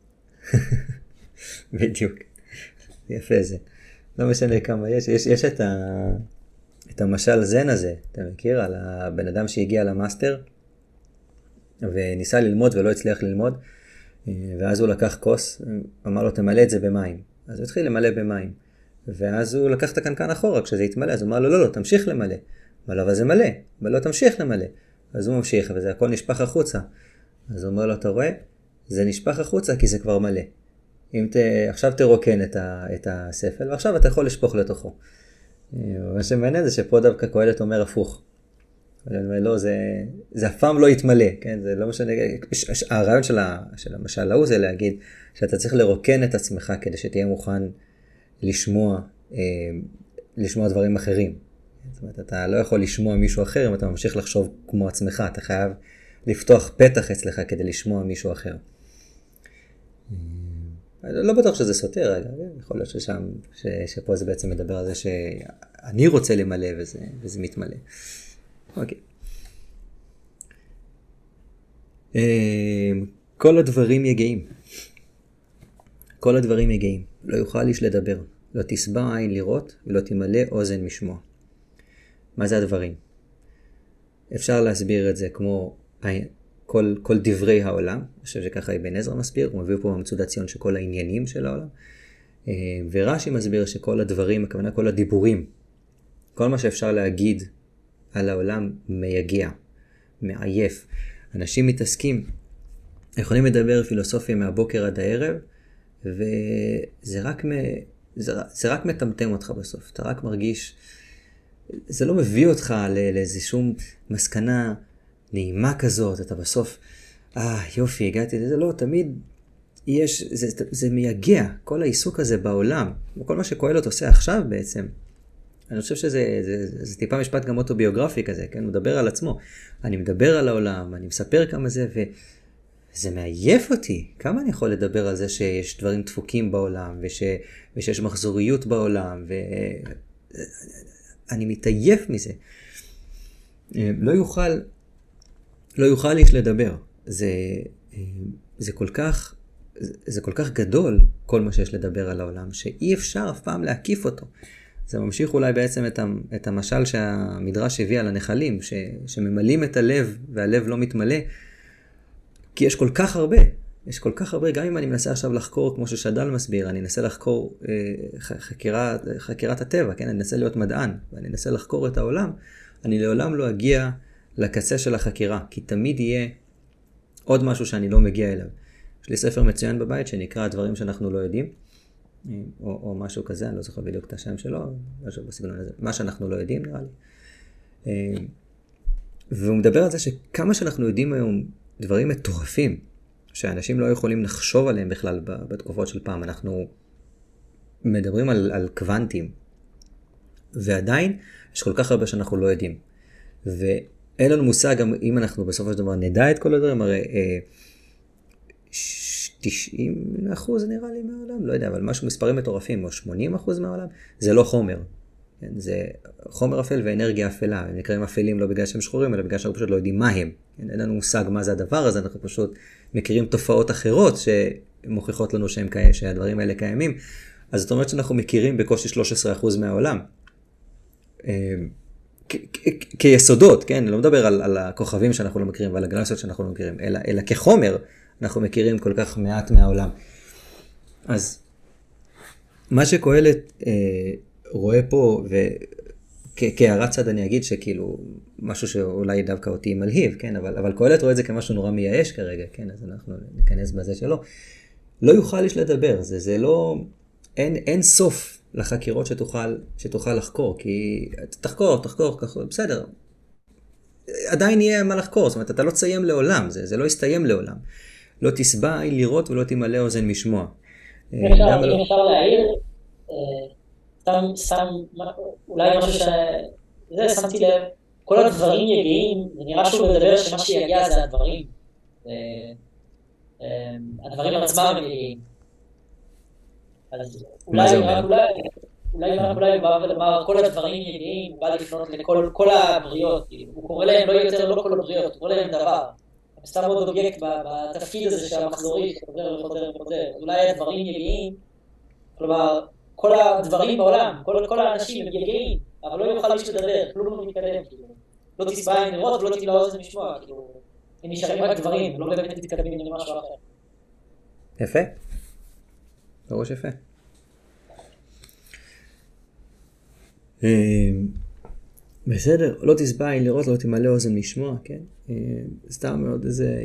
בדיוק. יפה זה. לא משנה כמה יש. יש את המשל זן הזה, אתה מכיר? על הבן אדם שהגיע למאסטר, וניסה ללמוד ולא הצליח ללמוד, ואז הוא לקח כוס, אמר לו, תמלא את זה במים. אז הוא התחיל למלא במים. ואז הוא לקח את הקנקן אחורה, כשזה יתמלא, אז הוא אמר לו, לא, תמשיך למלא. אמר לו, אבל זה מלא, אבל לא תמשיך למלא. אז הוא ממשיך, וזה הכל נשפך החוצה. אז הוא אומר לו, אתה רואה? זה נשפך החוצה כי זה כבר מלא. עכשיו תרוקן את הספל, ועכשיו אתה יכול לשפוך לתוכו. מה שמעניין זה שפה דווקא קהלת אומר הפוך. לא, זה אף פעם לא יתמלא, כן? זה לא משנה. הרעיון של המשל ההוא זה להגיד שאתה צריך לרוקן את עצמך כדי שתהיה מוכן לשמוע לשמוע דברים אחרים. זאת אומרת, אתה לא יכול לשמוע מישהו אחר אם אתה ממשיך לחשוב כמו עצמך, אתה חייב לפתוח פתח אצלך כדי לשמוע מישהו אחר. לא בטוח שזה סותר, רגע, יכול להיות שפה זה בעצם מדבר על זה שאני רוצה למלא וזה מתמלא. אוקיי. כל הדברים יגעים. כל הדברים יגעים. לא יוכל איש לדבר. לא תשבע עין לראות ולא תמלא אוזן משמוע. מה זה הדברים? אפשר להסביר את זה כמו כל דברי העולם. אני חושב שככה אבן עזרא מסביר, הוא מביא פה במצודת ציון שכל העניינים של העולם. ורש"י מסביר שכל הדברים, הכוונה כל הדיבורים, כל מה שאפשר להגיד על העולם מייגע, מעייף. אנשים מתעסקים, יכולים לדבר פילוסופיה מהבוקר עד הערב, וזה רק מטמטם אותך בסוף. אתה רק מרגיש, זה לא מביא אותך לאיזשהו מסקנה נעימה כזאת, אתה בסוף, יופי, הגעתי לזה, לא, תמיד יש, זה מייגע, כל העיסוק הזה בעולם, כל מה שקהלת עושה עכשיו בעצם, אני חושב שזה טיפה משפט גם אוטוביוגרפי כזה, כן? הוא מדבר על עצמו, אני מדבר על העולם, אני מספר כמה זה, וזה מעייף אותי, כמה אני יכול לדבר על זה שיש דברים דפוקים בעולם, ושיש מחזוריות בעולם, ואני מתעייף מזה. לא יוכל איש לדבר. זה כל כך גדול, כל מה שיש לדבר על העולם, שאי אפשר אף פעם להקיף אותו. זה ממשיך אולי בעצם את המשל שהמדרש הביא על הנחלים, שממלאים את הלב, והלב לא מתמלא, כי יש כל כך הרבה, גם אם אני מנסה עכשיו לחקור, כמו ששדל מסביר, אני אנסה לחקור חקירת הטבע, כן? אני אנסה להיות מדען, ואני אנסה לחקור את העולם, אני לעולם לא אגיע לקצה של החקירה, כי תמיד יהיה עוד משהו שאני לא מגיע אליו. יש לי ספר מצוין בבית שנקרא הדברים שאנחנו לא יודעים, או משהו כזה, אני לא זוכר בדיוק את השם שלו, משהו בסגנון הזה, מה שאנחנו לא יודעים נראה לי. והוא מדבר על זה שכמה שאנחנו יודעים היום דברים מטורפים, שאנשים לא יכולים לחשוב עליהם בכלל בתקופות של פעם, אנחנו מדברים על קוונטים, ועדיין יש כל כך הרבה שאנחנו לא יודעים. ואין לנו מושג גם אם אנחנו בסופו של דבר נדע את כל הדברים, הרי 90% נראה לי מהעולם, לא יודע, אבל משהו מספרים מטורפים, או 80% מהעולם, זה לא חומר. כן? זה חומר אפל ואנרגיה אפלה. הם נקראים אפלים לא בגלל שהם שחורים, אלא בגלל שאנחנו פשוט לא יודעים מה הם. כן? אין לנו מושג מה זה הדבר הזה, אנחנו פשוט מכירים תופעות אחרות שמוכיחות לנו שהדברים האלה קיימים. אז זאת אומרת שאנחנו מכירים בקושי 13% מהעולם. כיסודות, כן? אני לא מדבר על הכוכבים שאנחנו לא מכירים ועל הגלקסיות שאנחנו לא מכירים, אלא כחומר אנחנו מכירים כל כך מעט מהעולם. אז מה שקהלת רואה פה, וכהערת צד אני אגיד שכאילו משהו שאולי דווקא אותי מלהיב, כן? אבל קהלת רואה את זה כמשהו נורא מייאש כרגע, כן? אז אנחנו ניכנס בזה שלא. לא יוכל איש לדבר, זה לא, אין סוף לחקירות שתוכל לחקור, כי תחקור, בסדר. עדיין יהיה מה לחקור, זאת אומרת, אתה לא תסיים לעולם, זה לא יסתיים לעולם. לא תשבע עין לראות ולא תמלא אוזן משמוע. אם אפשר להעיר, סתם, אולי משהו שמתי לב, כל הדברים יגיעים, זה נראה שהוא מדבר שמה שיגיע זה הדברים. הדברים עצמם הם יגיעים. אז אולי בא ולומר, כל הדברים יגיעים, הוא בא לפנות לכל הבריות, הוא קורא להם לא יותר, לא כל הבריות, הוא קורא להם דבר. הם סתם עוד אובייקט בתפקיד הזה של המחזורית, חוזר וחוזר, אולי הדברים יגיעים, כלומר, כל הדברים בעולם, כל האנשים הם יגיעים, אבל לא יוכל איש לדבר, כלום לא מתקדם, לא תשבע עין לראות ולא תמלא אוזן משמוע, הם נשארים רק דברים, לא באמת מתקדמים למשהו אחר. יפה. בראש יפה. בסדר, לא תשבע עין לראות, לא תמלא אוזן לשמוע, כן? סתם מאוד איזה,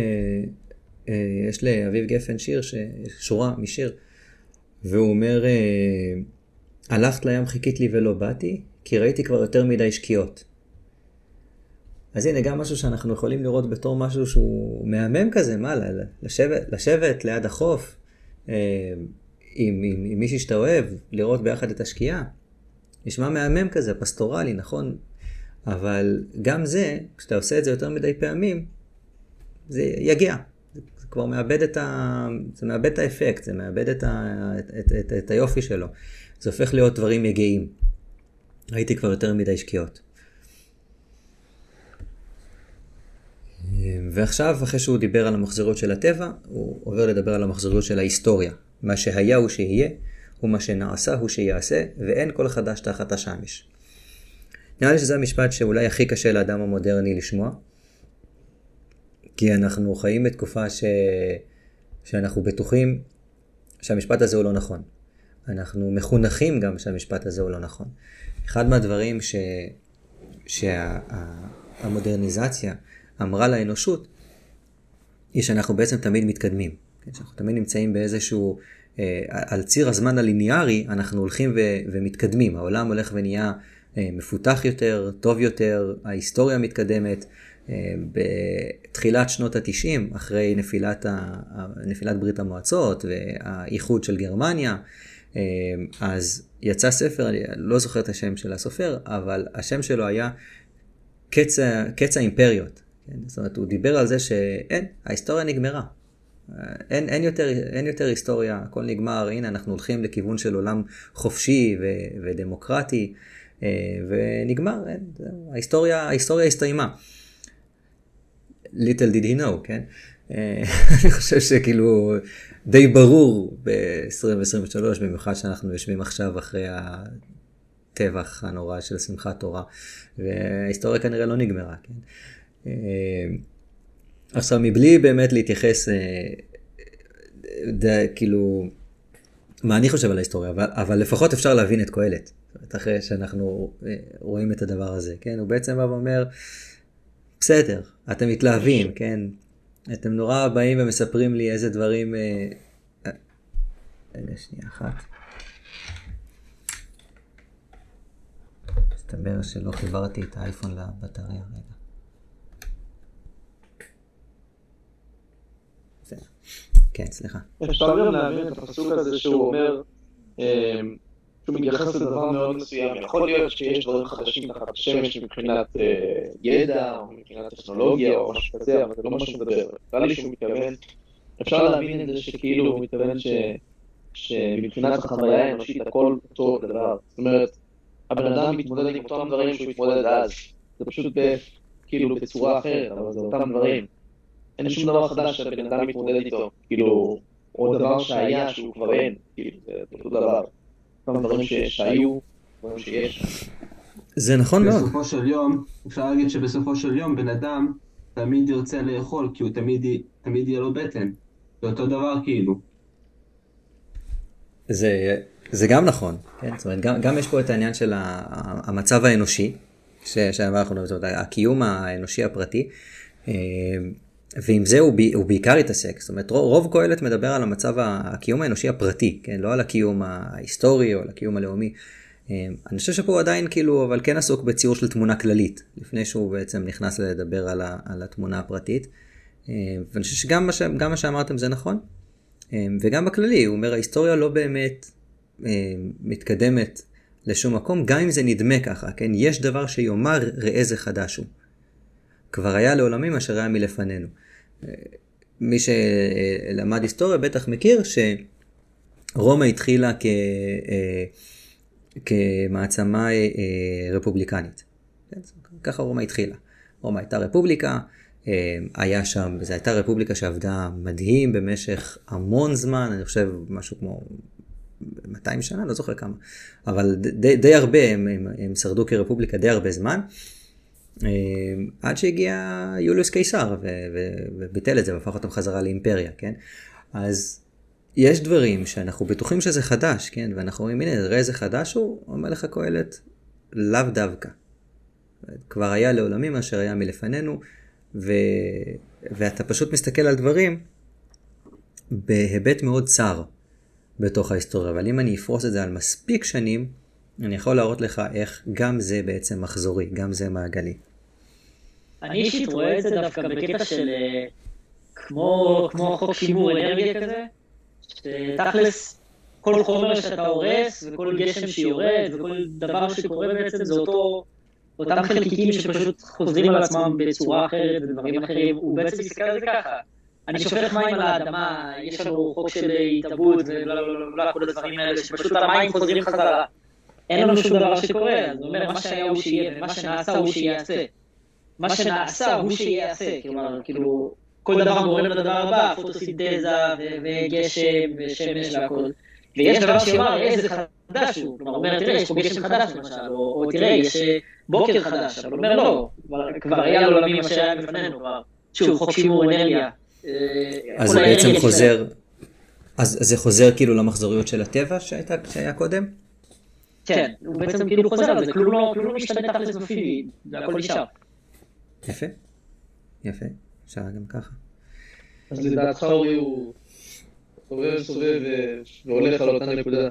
יש לאביב גפן שורה משיר, והוא אומר, הלכת לים חיכית לי ולא באתי, כי ראיתי כבר יותר מדי שקיעות. אז הנה גם משהו שאנחנו יכולים לראות בתור משהו שהוא מהמם כזה, מה? לשבת ליד החוף, עם מישהי שאתה אוהב, לראות ביחד את השקיעה. נשמע מהמם כזה, פסטורלי, נכון? אבל גם זה, כשאתה עושה את זה יותר מדי פעמים, זה יגיע. זה כבר מאבד זה מאבד את האפקט, זה מאבד את היופי שלו. זה הופך להיות דברים יגעים. ראיתי כבר יותר מדי שקיעות. ועכשיו, אחרי שהוא דיבר על המחזוריות של הטבע, הוא עובר לדבר על המחזוריות של ההיסטוריה. מה שהיה הוא שיהיה, ומה שנעשה הוא שיעשה, ואין כל חדש תחת השמש. נראה לי שזה המשפט שאולי הכי קשה לאדם המודרני לשמוע, כי אנחנו חיים בתקופה שאנחנו בטוחים שהמשפט הזה הוא לא נכון. אנחנו מחונכים גם שהמשפט הזה הוא לא נכון. אחד מהדברים שהמודרניזציה אמרה לאנושות, היא שאנחנו בעצם תמיד מתקדמים. שאנחנו תמיד נמצאים באיזשהו, על ציר הזמן הליניארי, אנחנו הולכים ומתקדמים. העולם הולך ונהיה מפותח יותר, טוב יותר, ההיסטוריה מתקדמת. בתחילת שנות ה-90, אחרי נפילת ברית המועצות והאיחוד של גרמניה, אז יצא ספר, אני לא זוכר את השם של הסופר, אבל השם שלו היה קץ האימפריות. זאת אומרת, הוא דיבר על זה שאין, ההיסטוריה נגמרה. אין יותר היסטוריה, הכל נגמר, הנה אנחנו הולכים לכיוון של עולם חופשי ודמוקרטי, ונגמר, ההיסטוריה הסתיימה. Little did he know, כן? אני חושב שכאילו די ברור ב-2023, במיוחד שאנחנו יושבים עכשיו אחרי הטבח הנורא של שמחת תורה, וההיסטוריה כנראה לא נגמרה, כן? עכשיו, מבלי באמת להתייחס, כאילו, מה אני חושב על ההיסטוריה, אבל לפחות אפשר להבין את קהלת, אחרי שאנחנו רואים את הדבר הזה, כן? הוא בעצם אומר, בסדר, אתם מתלהבים, כן? אתם נורא באים ומספרים לי איזה דברים... שנייה אחת. מסתבר שלא חיברתי את האייפון לבטריה רגע. כן, סליחה. אפשר גם להבין את הפסוק הזה שהוא אומר, שהוא מתייחס לדבר מאוד מסוים. יכול להיות שיש דברים חדשים תחת השמש מבחינת ידע, או מבחינת טכנולוגיה, או משהו כזה, אבל זה לא משהו מדבר. נראה לי שהוא מתכוון, אפשר להבין את זה שכאילו הוא מתכוון שמבחינת החוויה האנושית הכל אותו דבר. זאת אומרת, הבן אדם מתמודד עם אותם דברים שהוא מתמודד אז. זה פשוט כאילו בצורה אחרת, אבל זה אותם דברים. אין שום דבר חדש שהבן אדם מתמודד איתו, כאילו, או דבר שהיה שהוא כבר אין, כאילו, זה אותו דבר. כמה דברים שהיו, דברים שיש. זה נכון מאוד. בסופו של יום, אפשר להגיד שבסופו של יום בן אדם תמיד ירצה לאכול, כי הוא תמיד יהיה לו בטן. זה אותו דבר כאילו. זה גם נכון, כן? זאת אומרת, גם יש פה את העניין של המצב האנושי, שאנחנו נראה, הקיום האנושי הפרטי, ועם זה הוא בעיקר התעסק. זאת אומרת, רוב קהלת מדבר על המצב, הקיום האנושי הפרטי, כן? לא על הקיום ההיסטורי או על הקיום הלאומי. אני חושב שפה הוא עדיין כאילו, אבל כן עסוק בציור של תמונה כללית, לפני שהוא בעצם נכנס לדבר על התמונה הפרטית. ואני חושב שגם מה שאמרתם זה נכון. וגם בכללי, הוא אומר, ההיסטוריה לא באמת מתקדמת לשום מקום, גם אם זה נדמה ככה, כן? יש דבר שיאמר ראה זה חדש הוא. כבר היה לעולמים אשר היה מלפנינו. מי שלמד היסטוריה בטח מכיר שרומא התחילה כמעצמה רפובליקנית. ככה רומא התחילה. רומא הייתה רפובליקה, היה שם, זו הייתה רפובליקה שעבדה מדהים במשך המון זמן, אני חושב משהו כמו 200 שנה, לא זוכר כמה, אבל די הרבה הם שרדו כרפובליקה די הרבה זמן, עד שהגיע יוליוס קיסר וביטל את זה והפך אותם חזרה לאימפריה, כן? אז יש דברים שאנחנו בטוחים שזה חדש, כן? ואנחנו אומרים, הנה, ראה זה חדש, הוא אומר לך קהלת, לאו דווקא. כבר היה לעולמים אשר היה מלפנינו, ואתה פשוט מסתכל על דברים בהיבט מאוד צר בתוך ההיסטוריה. אבל אם אני אפרוס את זה על מספיק שנים, אני יכול להראות לך איך גם זה בעצם מחזורי, גם זה מעגלי. אני אישית רואה את זה דווקא בקטע של כמו חוק שימור אנרגיה כזה, שתכלס כל חומר שאתה הורס, וכל גשם שיורד, וכל דבר שקורה בעצם זה אותם חלקיקים שפשוט חוזרים על עצמם בצורה אחרת ודברים אחרים, הוא בעצם מסתכל על זה ככה. אני שופך מים על האדמה, יש לנו חוק של התאבות ובלה, כל הדברים האלה, שפשוט המים חוזרים חזרה. אין לנו שום דבר שקורה, אז הוא אומר, מה שהיה הוא שיהיה, ומה שנעשה הוא שיעשה. מה שנעשה הוא שיעשה, כלומר, כאילו, כל דבר גורם לדבר הבא, פוטוסינתזה וגשם ושמש והכל. ויש דבר שאומר, איזה חדש הוא, כלומר, הוא אומר, תראה, יש פה גשם חדש למשל, או תראה, יש בוקר חדש, אבל הוא אומר, לא, כבר היה לעולמים אשר היה בפנינו, כבר, שוב, חוק שימור אנרגיה. אז זה בעצם חוזר, אז זה חוזר כאילו למחזוריות של הטבע שהיה קודם? כן, הוא בעצם כאילו חוזר על זה, כלום לא משתנה תכלס בפיזי, זה הכל נשאר. יפה, יפה, אפשר גם ככה. אז לדעתך הוא סובב והולך על אותה נקודה.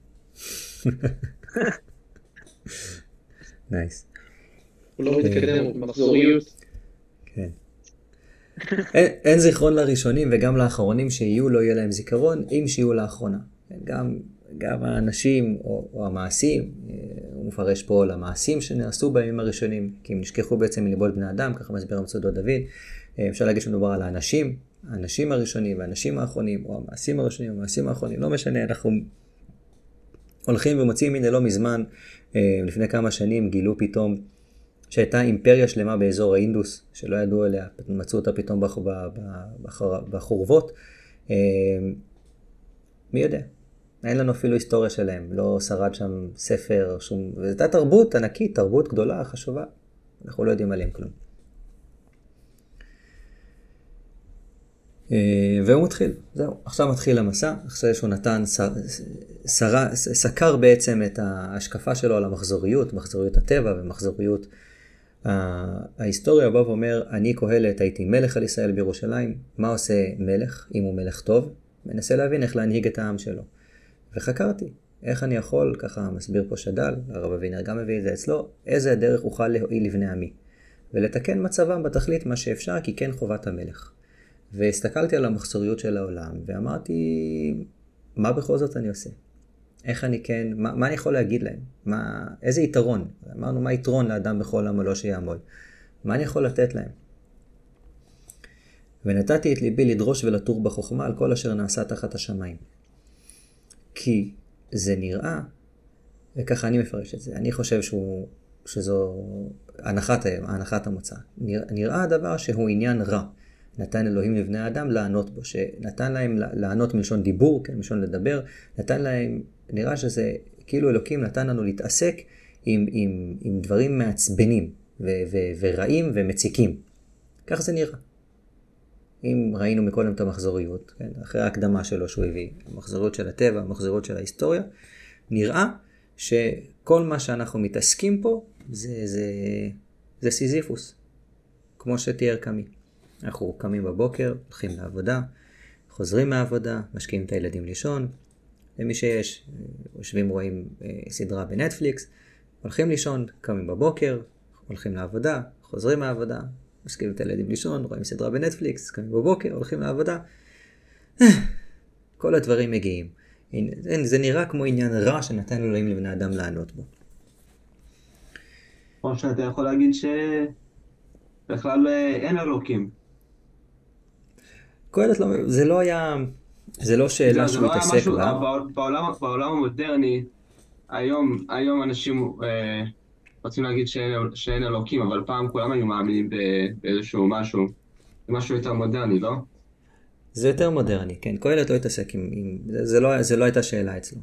נייס. הוא לא מתקדם, הוא במחזוריות. כן. אין זיכרון לראשונים וגם לאחרונים שיהיו, לא יהיה להם זיכרון, אם שיהיו לאחרונה. גם האנשים או המעשים, הוא מפרש פה למעשים שנעשו בימים הראשונים, כי הם נשכחו בעצם מליבול בני אדם, ככה מסביר מצודות דוד. אפשר להגיד שמדובר על האנשים הראשונים והאנשים האחרונים, או המעשים הראשונים והמעשים האחרונים, לא משנה, אנחנו הולכים ומוצאים הנה לא מזמן, לפני כמה שנים גילו פתאום שהייתה אימפריה שלמה באזור האינדוס, שלא ידעו אליה, מצאו אותה פתאום בחורבות. מי יודע? אין לנו אפילו היסטוריה שלהם, לא שרד שם ספר, שום... וזו תרבות ענקית, תרבות גדולה, חשובה. אנחנו לא יודעים עליהם כלום. והוא מתחיל, זהו. עכשיו מתחיל המסע, אחרי שהוא נתן, סקר בעצם את ההשקפה שלו על המחזוריות, מחזוריות הטבע ומחזוריות ההיסטוריה. הוא בא ואומר, אני קהלת, הייתי מלך על ישראל בירושלים. מה עושה מלך, אם הוא מלך טוב? מנסה להבין איך להנהיג את העם שלו. וחקרתי, איך אני יכול, ככה מסביר פה שדל, הרב אבינר גם מביא את זה אצלו, איזה דרך אוכל להועיל לבני עמי, ולתקן מצבם בתכלית מה שאפשר, כי כן חובת המלך. והסתכלתי על המחזוריות של העולם, ואמרתי, מה בכל זאת אני עושה? איך אני כן, מה אני יכול להגיד להם? איזה יתרון? אמרנו, מה יתרון לאדם בכל עמלו שיעמול? מה אני יכול לתת להם? ונתתי את ליבי לדרוש ולתור בחוכמה על כל אשר נעשה תחת השמיים. כי זה נראה, וככה אני מפרש את זה, אני חושב שזו הנחת המוצא. נראה הדבר שהוא עניין רע. נתן אלוהים לבני האדם לענות בו, שנתן להם לענות מלשון דיבור, כן, מלשון לדבר, נתן להם, נראה שזה כאילו אלוקים נתן לנו להתעסק עם דברים מעצבנים ורעים ומציקים. כך זה נראה. אם ראינו מקודם את המחזוריות, כן, אחרי ההקדמה שלו שהוא הביא, המחזוריות של הטבע, המחזוריות של ההיסטוריה, נראה שכל מה שאנחנו מתעסקים פה זה סיזיפוס, כמו שתיאר קמי. אנחנו קמים בבוקר, הולכים לעבודה, חוזרים מהעבודה, משקיעים את הילדים לישון, למי שיש, יושבים רואים סדרה בנטפליקס, הולכים לישון, קמים בבוקר, הולכים לעבודה, חוזרים מהעבודה, משקיעים את הילדים לישון, רואים סדרה בנטפליקס, קמים בבוקר, הולכים לעבודה. כל הדברים מגיעים. זה נראה כמו עניין רע שנתן אלוהים לבני אדם לענות בו. או שאתה יכול להגיד שבכלל אין אלוקים. קהלת זה לא היה, זה לא שאלה שהוא התעסק בה. בעולם המודרני, היום אנשים רוצים להגיד שאין אלוקים, אבל פעם כולם היו מאמינים באיזשהו משהו יותר מודרני, לא? זה יותר מודרני, כן. קהלת לא התעסק עם זה לא הייתה שאלה אצלו.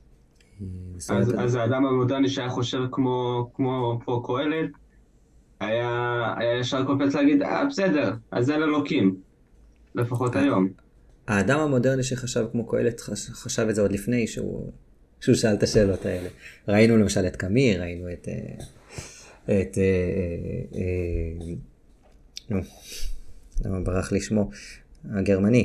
אז האדם המודרני שהיה חושב כמו פה קהלת, היה ישר קופץ להגיד, בסדר, אז אין אלוקים, לפחות היום. האדם המודרני שחשב כמו קהלת, חשב את זה עוד לפני שהוא שאל את השאלות האלה. ראינו למשל את קמי, ראינו את למה ברח לי שמו? הגרמני.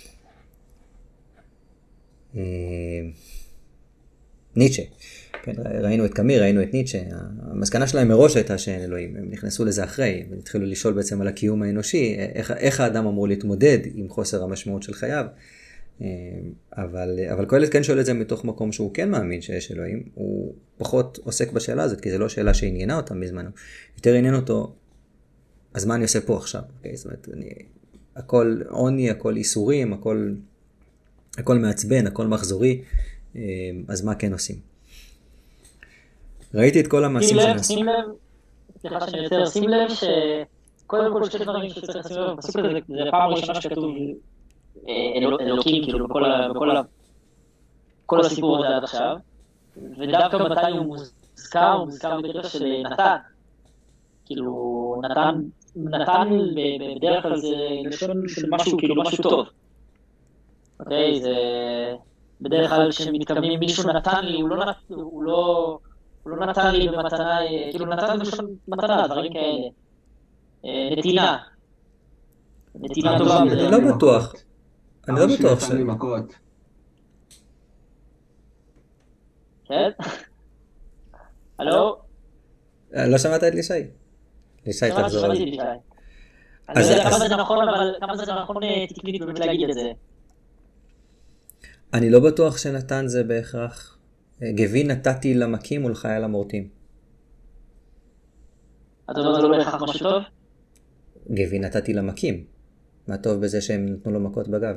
ניטשה. כן, ראינו את קמי, ראינו את ניטשה. המסקנה שלהם מראש הייתה שאין אלוהים. הם נכנסו לזה אחרי, הם התחילו לשאול בעצם על הקיום האנושי, איך האדם אמור להתמודד עם חוסר המשמעות של חייו. אבל קהלת כן שואל את זה מתוך מקום שהוא כן מאמין שיש אלוהים, הוא פחות עוסק בשאלה הזאת, כי זו לא שאלה שעניינה אותם בזמנו. יותר עניין אותו, אז מה אני עושה פה עכשיו? Okay? זאת אומרת, הכל עוני, הכל איסורים, הכל מעצבן, הכל מחזורי, אז מה כן עושים? ראיתי את כל המעשים שנעשו. שים לב, סליחה שאני יותר, שים לב שקודם כל שתי דברים שצריך לשים לב, בפסוק הזה, זה הפעם הראשונה שכתוב אלוקים, כאילו, בכל הסיפור הזה עד עכשיו, ודווקא מתי הוא מוזכר בדרך של נתן, כאילו, נתן בדרך כלל זה לשון של משהו, כאילו, משהו טוב. אוקיי, זה בדרך כלל כשמתכוונים מישהו נתן לי, הוא לא נתן לי במתנה, כאילו נתן בשביל מתנה, דברים כאלה. נתינה טובה. אני לא בטוח. אני לא בטוח נתן לי מכות. כן? הלו? לא שמעת את לישי? לישי תחזור על זה. אני לא יודע כמה זה נכון, אבל כמה זה נכון תקנית באמת להגיד את זה. אני לא בטוח שנתן זה בהכרח. גבי נתתי למכים ולחייל המורטים. אתה אומר זה לא בהכרח משהו טוב? גבי נתתי למכים. מה טוב בזה שהם נתנו לו מכות בגב?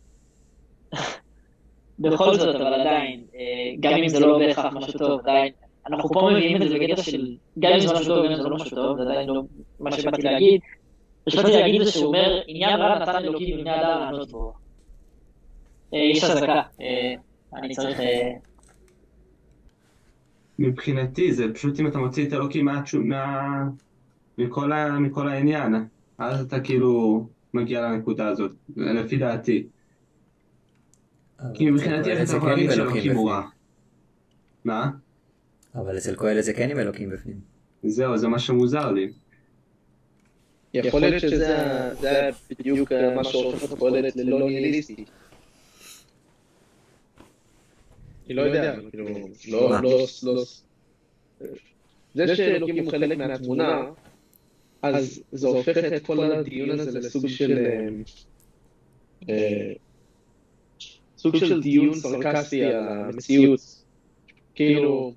בכל זאת, אבל עדיין, גם אם זה לא בהכרח משהו טוב, עדיין, אנחנו פה מביאים את זה בגדר של, גם אם זה משהו טוב, גם אם זה לא משהו טוב, זה עדיין לא מה שבאתי להגיד. שבאתי להגיד זה שהוא אומר, עניין רע נתן אלוקים ובני אדם לענות בו. יש הזקה, אני צריך... מבחינתי זה פשוט אם אתה מוציא את אלוקים מכל העניין, אז אתה כאילו מגיע לנקודה הזאת, לפי דעתי. כי מבחינתי איך אתה יכול להגיד שאלוקים הוא רע. מה? אבל אצל קהלת זה כן עם אלוקים בפנים. זהו, זה מה שמוזר לי. יכול להיות שזה בדיוק מה שהופך את קהלת ללא ניהיליסטי. אני לא יודע, כאילו, לא... זה שאלוקים הוא חלק מהתמונה, אז זה הופך את כל הדיון הזה לסוג של דיון סרקסטי על המציאות. כאילו,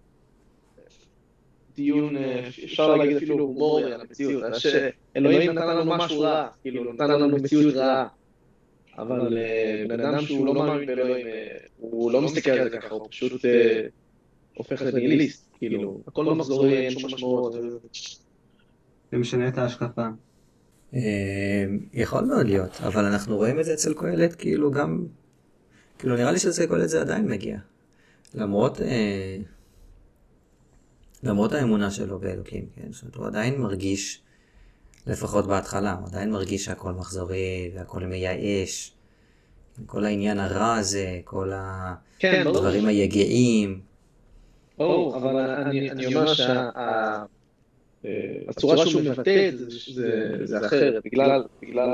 דיון, אפשר להגיד אפילו הומורי על המציאות, שאלוהים נתן לנו משהו רע, כאילו, נתן לנו מציאות רעה. אבל בן אדם שהוא לא מאמין באלוהים, הוא לא מסתכל על זה ככה, הוא פשוט הופך לניהיליסט, כאילו, הכל לא מחזורי, אין שום משמעות. זה משנה את ההשקפה. יכול מאוד להיות, אבל אנחנו רואים את זה אצל קהלת, כאילו גם, כאילו נראה לי שאצל קהלת זה עדיין מגיע. למרות האמונה שלו באלוקים, כן? זאת אומרת, הוא עדיין מרגיש, לפחות בהתחלה, הוא עדיין מרגיש שהכל מחזורי והכל מייאש. כל העניין הרע הזה, כל הדברים היגעים. אבל אני אומר שהצורה שהוא מבטא את זה אחרת, בגלל...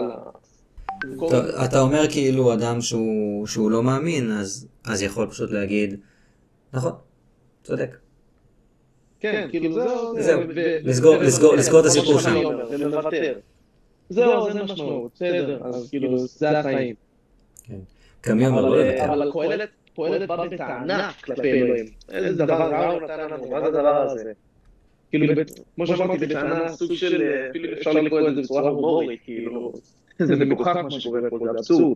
אתה אומר כאילו אדם שהוא לא מאמין, אז יכול פשוט להגיד, נכון, צודק. כן, כאילו זהו, לסגור את הסיפור שם. זהו, זה משמעות, בסדר, אז כאילו זה החיים. קמי אומר לא לבטל. אבל קהלת בא בטענה כלפי אלוהים. איזה דבר רע הוא נתן לנו, מה זה הדבר הזה? כאילו, כמו שאמרתי, בטענה סוג של, אפשר לקרוא את זה בצורה הומורית, כאילו, זה מגוחך מה שקורה פה, זה אבסורד.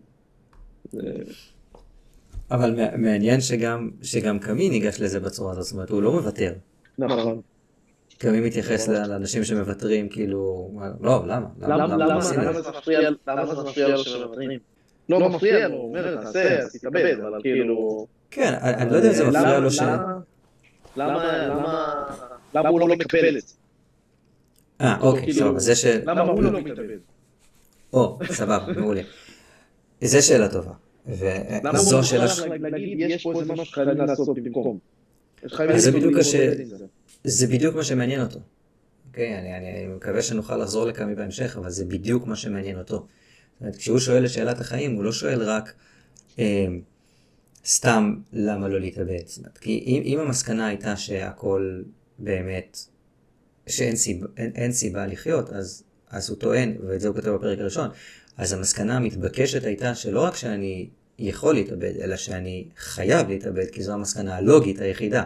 אבל מעניין שגם קמי ניגש לזה בצורה הזאת, זאת אומרת, הוא לא מוותר. נכון. קמי מתייחס לאנשים שמוותרים, כאילו, לא, למה? למה זה מפריע לו שמוותרים? לא מפריע לו, הוא אומר, תעשה, אז תתאבד, אבל כאילו... כן, אני לא יודע אם זה מפריע לו ש... למה הוא לא מקבל את זה? אוקיי, סבבה, זה ש... למה הוא לא מתאבד? סבבה, מעולה. זו שאלה טובה. וזו שאלה... יש פה איזה משהו שחייבים לעשות במקום. זה בדיוק מה שמעניין אותו. אוקיי, אני מקווה שנוכל לחזור לקמי בהמשך, אבל זה בדיוק מה שמעניין אותו. זאת אומרת, כשהוא שואל את שאלת החיים, הוא לא שואל רק סתם למה לא להתאבד. זאת אומרת, כי אם המסקנה הייתה שהכל באמת, שאין סיבה לחיות, אז הוא טוען, ואת זה הוא כותב בפרק הראשון, אז המסקנה המתבקשת הייתה שלא רק שאני יכול להתאבד, אלא שאני חייב להתאבד, כי זו המסקנה הלוגית היחידה.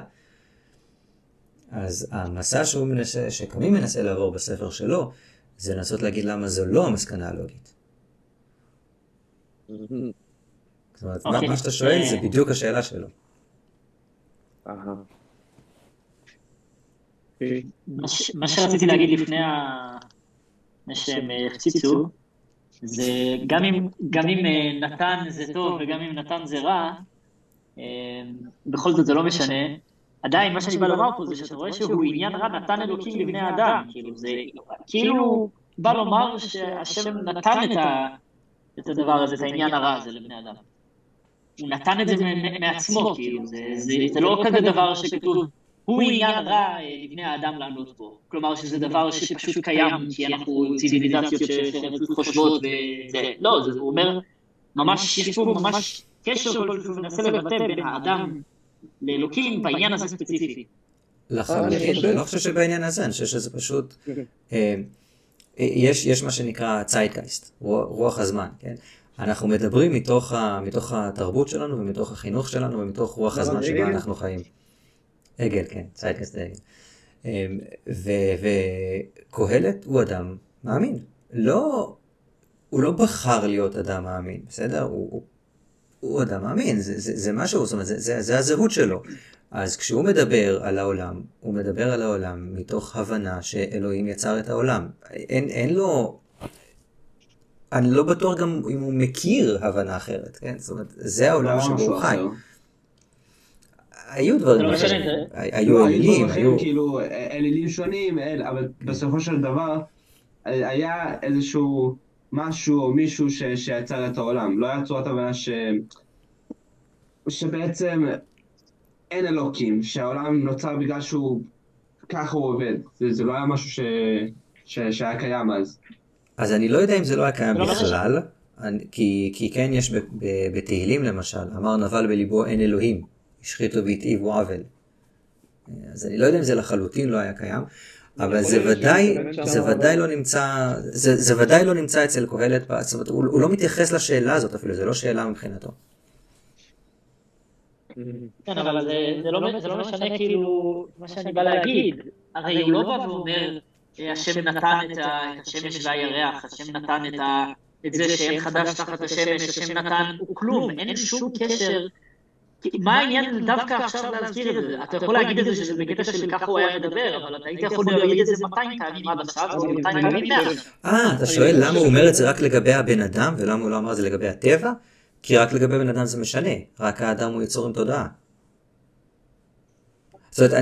אז המסע שקאמי מנסה לעבור בספר שלו, זה לנסות להגיד למה זו לא המסקנה הלוגית. זאת אומרת, מה שאתה שואל זה בדיוק השאלה שלו. מה שרציתי להגיד לפני שהם הפציצו, זה גם אם נתן זה טוב וגם אם נתן זה רע, בכל זאת זה לא משנה. עדיין מה שאני בא לומר פה זה שאתה רואה שהוא עניין רע נתן אלוקים לבני האדם, כאילו בא לומר שהשם נתן את הדבר הזה, את העניין הרע הזה לבני אדם. הוא נתן את זה מעצמו, כאילו, זה לא כזה דבר שכתוב, הוא עניין רע לבני האדם לענות פה. כלומר שזה דבר שפשוט קיים, כי אנחנו ציביליזציות שחושבות וזה, לא, הוא אומר, ממש, יש פה ממש קשר כלשהו מנסה לבטא בין האדם לאלוקים בעניין הזה ספציפי. לחלוטין, ואני לא חושב שבעניין הזה, אני חושב שזה פשוט, יש מה שנקרא צייטגייסט, רוח הזמן, כן? אנחנו מדברים מתוך התרבות שלנו ומתוך החינוך שלנו ומתוך רוח הזמן שבה אנחנו חיים. עגל, כן, צייטגייסט עגל. וקהלת הוא אדם מאמין. הוא לא בחר להיות אדם מאמין, בסדר? הוא אדם מאמין, זה משהו, זאת אומרת, זה הזהות שלו. אז כשהוא מדבר על העולם, הוא מדבר על העולם מתוך הבנה שאלוהים יצר את העולם. אין לו, אני לא בטוח גם אם הוא מכיר הבנה אחרת, כן? זאת אומרת, זה העולם שבו הוא חי. היו דברים, היו אלילים, היו... כאילו, אלילים שונים, אבל בסופו של דבר, היה איזשהו משהו או מישהו שיצר את העולם. לא היה צורת הבנה שבעצם אין אלוקים, שהעולם נוצר בגלל שהוא ככה הוא עובד. זה לא היה משהו שהיה קיים אז. אז אני לא יודע אם זה לא היה קיים בכלל, כי כן יש בתהילים למשל, אמר נבל בליבו אין אלוהים, השחיתו והתעיבו עוול. אז אני לא יודע אם זה לחלוטין לא היה קיים, אבל זה ודאי לא נמצא אצל קהלת, זאת אומרת, הוא לא מתייחס לשאלה הזאת אפילו, זה לא שאלה מבחינתו. כן, אבל זה לא משנה כאילו מה שאני בא להגיד, הרי הוא לא בא ואומר, השם נתן את השמש והירח, השם נתן את זה שאין חדש תחת השמש, השם נתן, הוא כלום, אין שום קשר. מה העניין דווקא עכשיו להזכיר את זה? אתה יכול להגיד את זה שזה בקטע של ככה הוא היה מדבר, אבל אתה היית יכול להגיד את זה 200 פעמים עד עכשיו, או 200 פעמים מעכשיו. אתה שואל למה הוא אומר את זה רק לגבי הבן אדם, ולמה הוא לא אמר את זה לגבי הטבע? כי רק לגבי בן אדם זה משנה, רק האדם הוא יצור עם תודעה. זאת אומרת,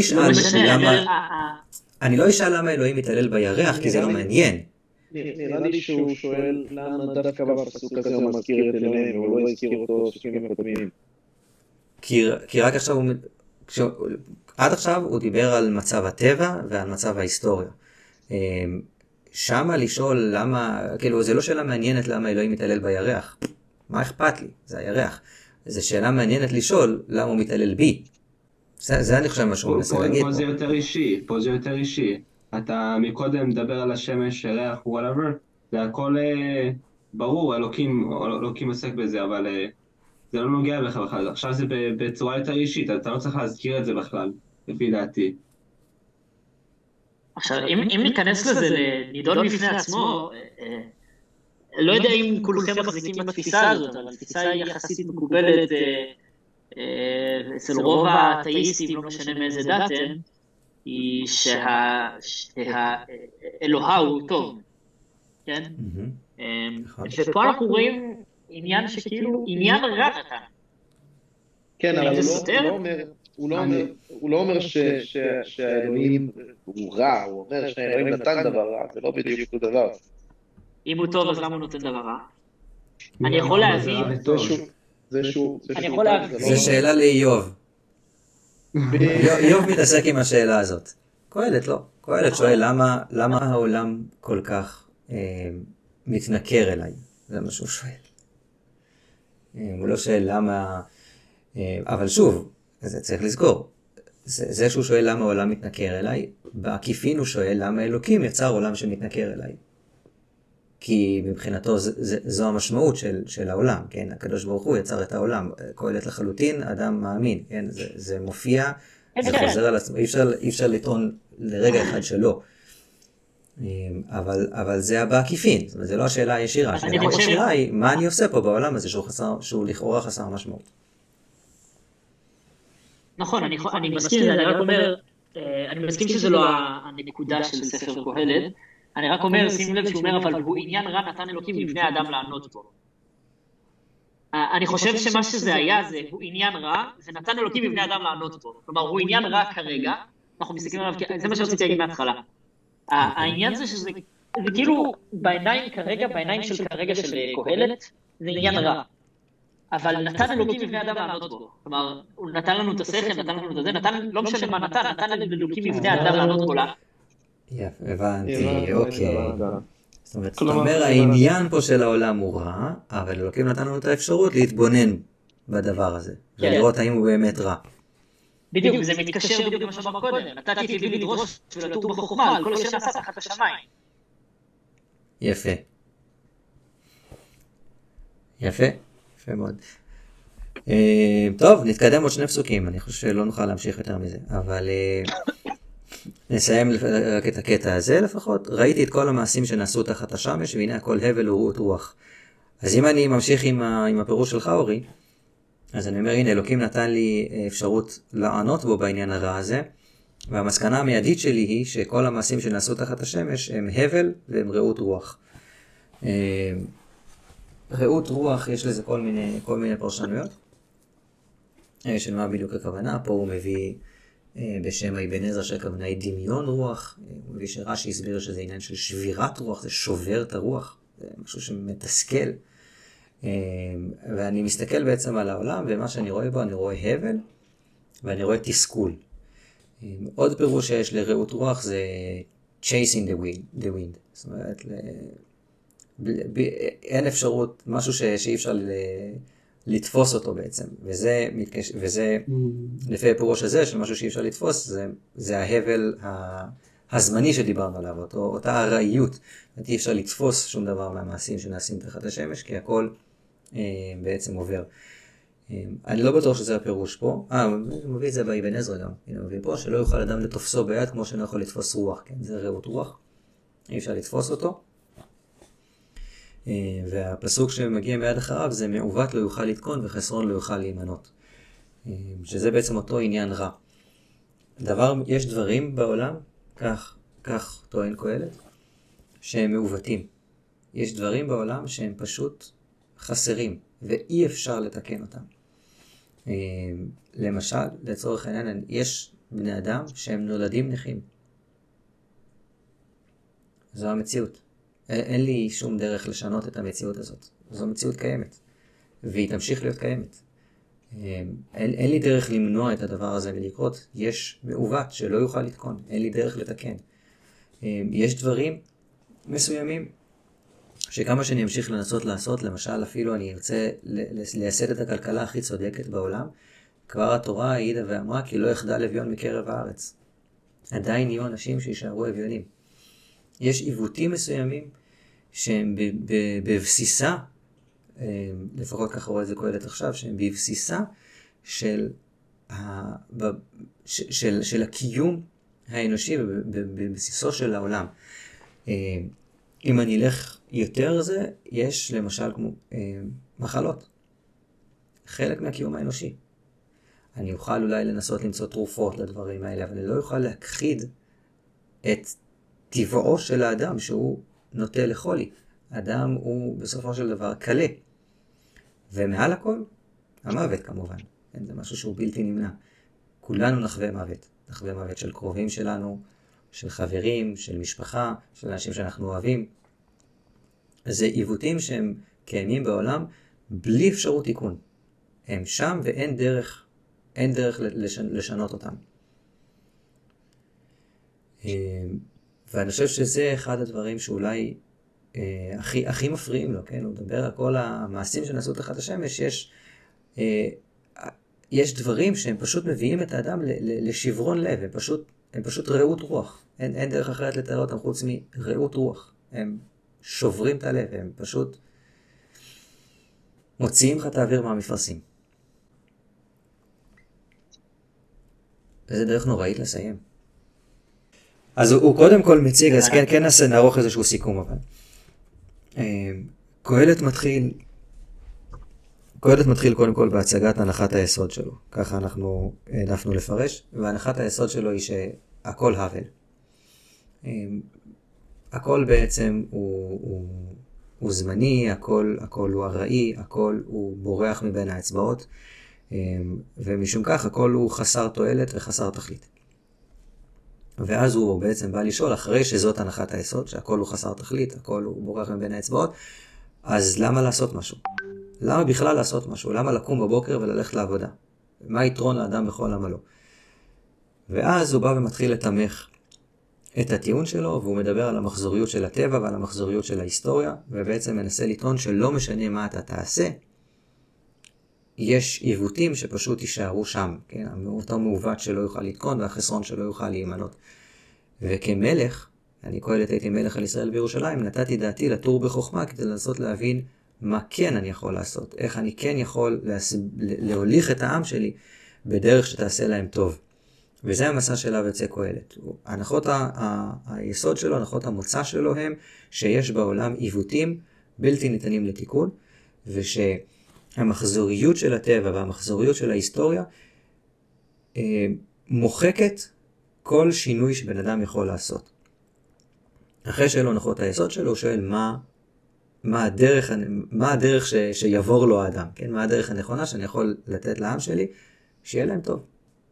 אני לא אשאל למה אלוהים מתעלל בירח, כי זה לא מעניין. נראה לי שהוא שואל למה דווקא בפסוק הזה הוא מזכיר את אלוהים, והוא לא הזכיר אותו סופים הקודמים. כי רק עכשיו עד עכשיו הוא דיבר על מצב הטבע ועל מצב ההיסטוריה. שמה לשאול למה, כאילו זה לא שאלה מעניינת למה אלוהים מתעלל בירח. מה אכפת לי? זה הירח. זו שאלה מעניינת לשאול למה הוא מתעלל בי. זה אני חושב מה שהוא מנסה להגיד פה. פה זה יותר אישי. אתה מקודם מדבר על השמש, ירח, whatever, זה הכל ברור, אלוקים עוסק בזה, אבל זה לא נוגע לך בכלל. עכשיו זה בצורה יותר אישית, אתה לא צריך להזכיר את זה בכלל, לפי דעתי. עכשיו, אם ניכנס לזה לנידון בפני עצמו, לא יודע אם כולכם מחזיקים בתפיסה הזאת, אבל התפיסה היא יחסית מקובלת אצל רוב האתאיסטים, לא משנה מאיזה דת הם, היא שהאלוהה הוא טוב, כן? ופה אנחנו רואים עניין שכאילו, עניין רע נתן. כן, אבל הוא לא אומר שהאלוהים הוא רע, הוא אומר שהאלוהים נתן דבר רע, זה לא בדיוק אותו דבר. אם הוא טוב, אז למה הוא נותן דבר רע? אני יכול להבין. זה שאלה לאיוב. איוב מתעסק עם השאלה הזאת. קהלת לא. קהלת שואל למה העולם כל כך מתנכר אליי. זה מה שהוא שואל. הוא לא שואל למה... אבל שוב, זה צריך לזכור. זה שהוא שואל למה העולם מתנכר אליי, בעקיפין הוא שואל למה אלוקים יצר עולם שמתנכר אליי. כי מבחינתו זו המשמעות של העולם, כן? הקדוש ברוך הוא יצר את העולם, קהלת לחלוטין, אדם מאמין, כן? זה מופיע, זה חוזר על עצמו, אי אפשר לטעון לרגע אחד שלא. אבל זה הבעקיפין, זאת אומרת, זה לא השאלה הישירה. השאלה היא, מה אני עושה פה בעולם הזה שהוא לכאורה חסר משמעות? נכון, אני מסכים לזה, אני רק אומר, אני מסכים שזה לא הנקודה של ספר קהלת, אני רק אומר, שים לב שהוא אומר, אבל הוא עניין רע נתן אלוקים לבני האדם לענות בו. אני חושב שמה שזה היה, הוא עניין רע, ונתן אלוקים לבני האדם לענות בו. כלומר, הוא עניין רע כרגע, אנחנו מסתכלים עליו, זה מה שרציתי להגיד מההתחלה. העניין זה שזה כאילו בעיניים כרגע, בעיניים של כרגע של קהלת, זה עניין רע. אבל נתן אלוקים לבני אדם לענות בו. כלומר, הוא נתן לנו את השכל, נתן לנו את זה, לא משנה מה נתן אלוקים לבני אדם לענות בו לה. יפה, הבנתי, אוקיי. זאת אומרת, אתה אומר, העניין פה של העולם הוא רע, אבל אלוקים נתן לנו את האפשרות להתבונן בדבר הזה, ולראות האם הוא באמת רע. בדיוק, וזה מתקשר בדיוק למה שאמר קודם. נתתי את ליבי לדרוש ולתור בחוכמה על כל אשר נעשה תחת השמיים. יפה. יפה מאוד. טוב, נתקדם עוד 2 פסוקים, אני חושב שלא נוכל להמשיך יותר מזה, אבל נסיים רק את הקטע הזה לפחות. ראיתי את כל המעשים שנעשו תחת השמש, והנה הכל הבל ורעות רוח. אז אם אני ממשיך עם הפירוש שלך, אורי, אז אני אומר, הנה, אלוקים נתן לי אפשרות לענות בו בעניין הרע הזה, והמסקנה המיידית שלי היא שכל המעשים שנעשו תחת השמש הם הבל והם רעות רוח. רעות רוח, יש לזה כל מיני פרשנויות, של מה בדיוק הכוונה. פה הוא מביא בשם אבן עזרא שהכוונה היא דמיון רוח, הוא מביא שרש"י הסביר שזה עניין של שבירת רוח, זה שובר את הרוח, זה משהו שמתסכל. ואני מסתכל בעצם על העולם, ומה שאני רואה בו, אני רואה הבל, ואני רואה תסכול. עוד פירוש שיש לרעות רוח זה chasing the wind. זאת אומרת, אין אפשרות, משהו שאי אפשר לתפוס אותו בעצם. וזה לפי הפירוש הזה, של משהו שאי אפשר לתפוס, זה ההבל הזמני שדיברנו עליו, אותה הרעיות. אי אפשר לתפוס שום דבר מהמעשים שנעשים תחת השמש, כי הכל בעצם עובר. אני לא בטוח שזה הפירוש פה. הוא מביא את זה באבן עזרא גם. הוא מביא פה שלא יוכל אדם לתופסו ביד כמו שלא יכול לתפוס רוח. כן? זה רעות רוח. אי אפשר לתפוס אותו. והפסוק שמגיע מיד אחריו זה מעוות לא יוכל לתקון וחסרון לא יוכל להימנות. שזה בעצם אותו עניין רע. יש דברים בעולם, כך טוען קהלת, שהם מעוותים. יש דברים בעולם שהם פשוט חסרים, ואי אפשר לתקן אותם. למשל, לצורך העניין, יש בני אדם שהם נולדים נכים. זו המציאות. אין לי שום דרך לשנות את המציאות הזאת. זו מציאות קיימת, והיא תמשיך להיות קיימת. אין לי דרך למנוע את הדבר הזה מלקרות. יש מעוות שלא יוכל לתקון. אין לי דרך לתקן. יש דברים מסוימים שכמה שאני אמשיך לנסות לעשות, למשל אפילו אני ארצה לייסד את הכלכלה הכי צודקת בעולם, כבר התורה העידה ואמרה כי לא יחדל אביון מקרב הארץ. עדיין יהיו אנשים שישארו אביונים. יש עיוותים מסוימים שהם בבסיסה, לפחות ככה רואה את זה קהלת עכשיו, שהם בבסיסה של הקיום האנושי ובבסיסו של העולם. אם אני אלך יותר זה, יש למשל כמו מחלות. חלק מהקיום האנושי. אני אוכל אולי לנסות למצוא תרופות לדברים האלה, אבל אני לא אוכל להכחיד את טבעו של האדם שהוא נוטה לחולי. האדם הוא בסופו של דבר קלה. ומעל הכל, המוות כמובן. זה משהו שהוא בלתי נמנע. כולנו נחווה מוות. נחווה מוות של קרובים שלנו, של חברים, של משפחה, של אנשים שאנחנו אוהבים. זה עיוותים שהם קיימים בעולם בלי אפשרות תיקון. הם שם ואין דרך לשנות אותם. ואני חושב שזה אחד הדברים שאולי הכי מפריעים לו, כן? הוא מדבר על כל המעשים שנעשו תחת השמש, יש דברים שהם פשוט מביאים את האדם לשברון לב, הם פשוט רעות רוח. אין דרך אחרת לתאר אותם חוץ מרעות רוח. הם שוברים את הלב, הם פשוט מוציאים לך את האוויר מהמפרשים. וזה דרך נוראית לסיים. אז הוא קודם כל מציג, אז כן נערוך איזשהו סיכום אבל. קהלת מתחיל קודם כל בהצגת הנחת היסוד שלו. ככה אנחנו העדפנו לפרש, והנחת היסוד שלו היא שהכל הבל. הכל בעצם הוא זמני, הכל הוא ארעי, הכל הוא בורח מבין האצבעות, ומשום כך הכל הוא חסר תועלת וחסר תכלית. ואז הוא בעצם בא לשאול, אחרי שזאת הנחת היסוד, שהכל הוא חסר תכלית, הכל הוא בורח מבין האצבעות, אז למה לעשות משהו? למה בכלל לעשות משהו? למה לקום בבוקר וללכת לעבודה? מה יתרון האדם בכל עמלו? ואז הוא בא ומתחיל לתמך את הטיעון שלו, והוא מדבר על המחזוריות של הטבע ועל המחזוריות של ההיסטוריה, ובעצם מנסה לטעון שלא משנה מה אתה תעשה, יש עיוותים שפשוט יישארו שם, כן? אותו מעוות שלא יוכל לתקון והחסרון שלא יוכל להימנות. וכמלך, אני קהלת הייתי מלך על ישראל בירושלים, נתתי דעתי לתור בחוכמה כדי לנסות להבין מה כן אני יכול לעשות, איך אני כן יכול להוליך את העם שלי בדרך שתעשה להם טוב. וזה המסע שאליו יוצא קהלת. הנחות היסוד שלו, הנחות המוצא שלו הם שיש בעולם עיוותים בלתי ניתנים לתיקון, ושהמחזוריות של הטבע והמחזוריות של ההיסטוריה מוחקת כל שינוי שבן אדם יכול לעשות. אחרי שאלו הנחות היסוד שלו, הוא שואל מה הדרך שיבור לו האדם, כן? מה הדרך הנכונה שאני יכול לתת לעם שלי, שיהיה להם טוב.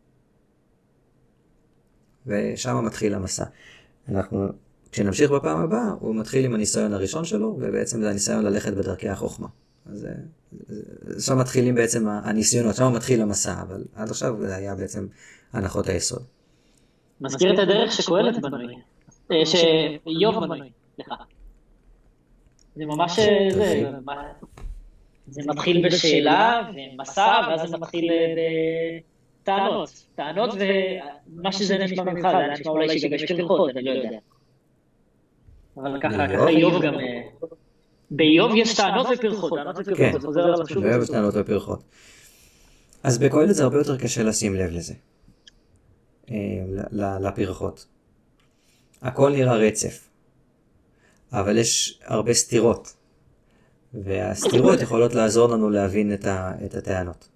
ושם מתחיל המסע. כשנמשיך בפעם הבאה, הוא מתחיל עם הניסיון הראשון שלו, ובעצם זה הניסיון ללכת בדרכי החוכמה. אז שם מתחילים בעצם הניסיונות, שם מתחיל המסע, אבל עד עכשיו זה היה בעצם הנחות היסוד. מזכיר את הדרך שקהלת בנוי, שאיוב בנוי, סליחה. זה ממש זה מתחיל בשאלה ומסע, ואז זה מתחיל טענות, ומה שזה נשמע ממך, זה נשמע אולי שגם יש פרחות, אני לא יודע. אבל ככה איוב גם, באיוב יש טענות ופרחות, כן, באיוב יש טענות ופרחות. אז בקהלת זה הרבה יותר קשה לשים לב לזה, לפרחות. הכל נראה רצף, אבל יש הרבה סתירות, והסתירות יכולות לעזור לנו להבין את הטענות.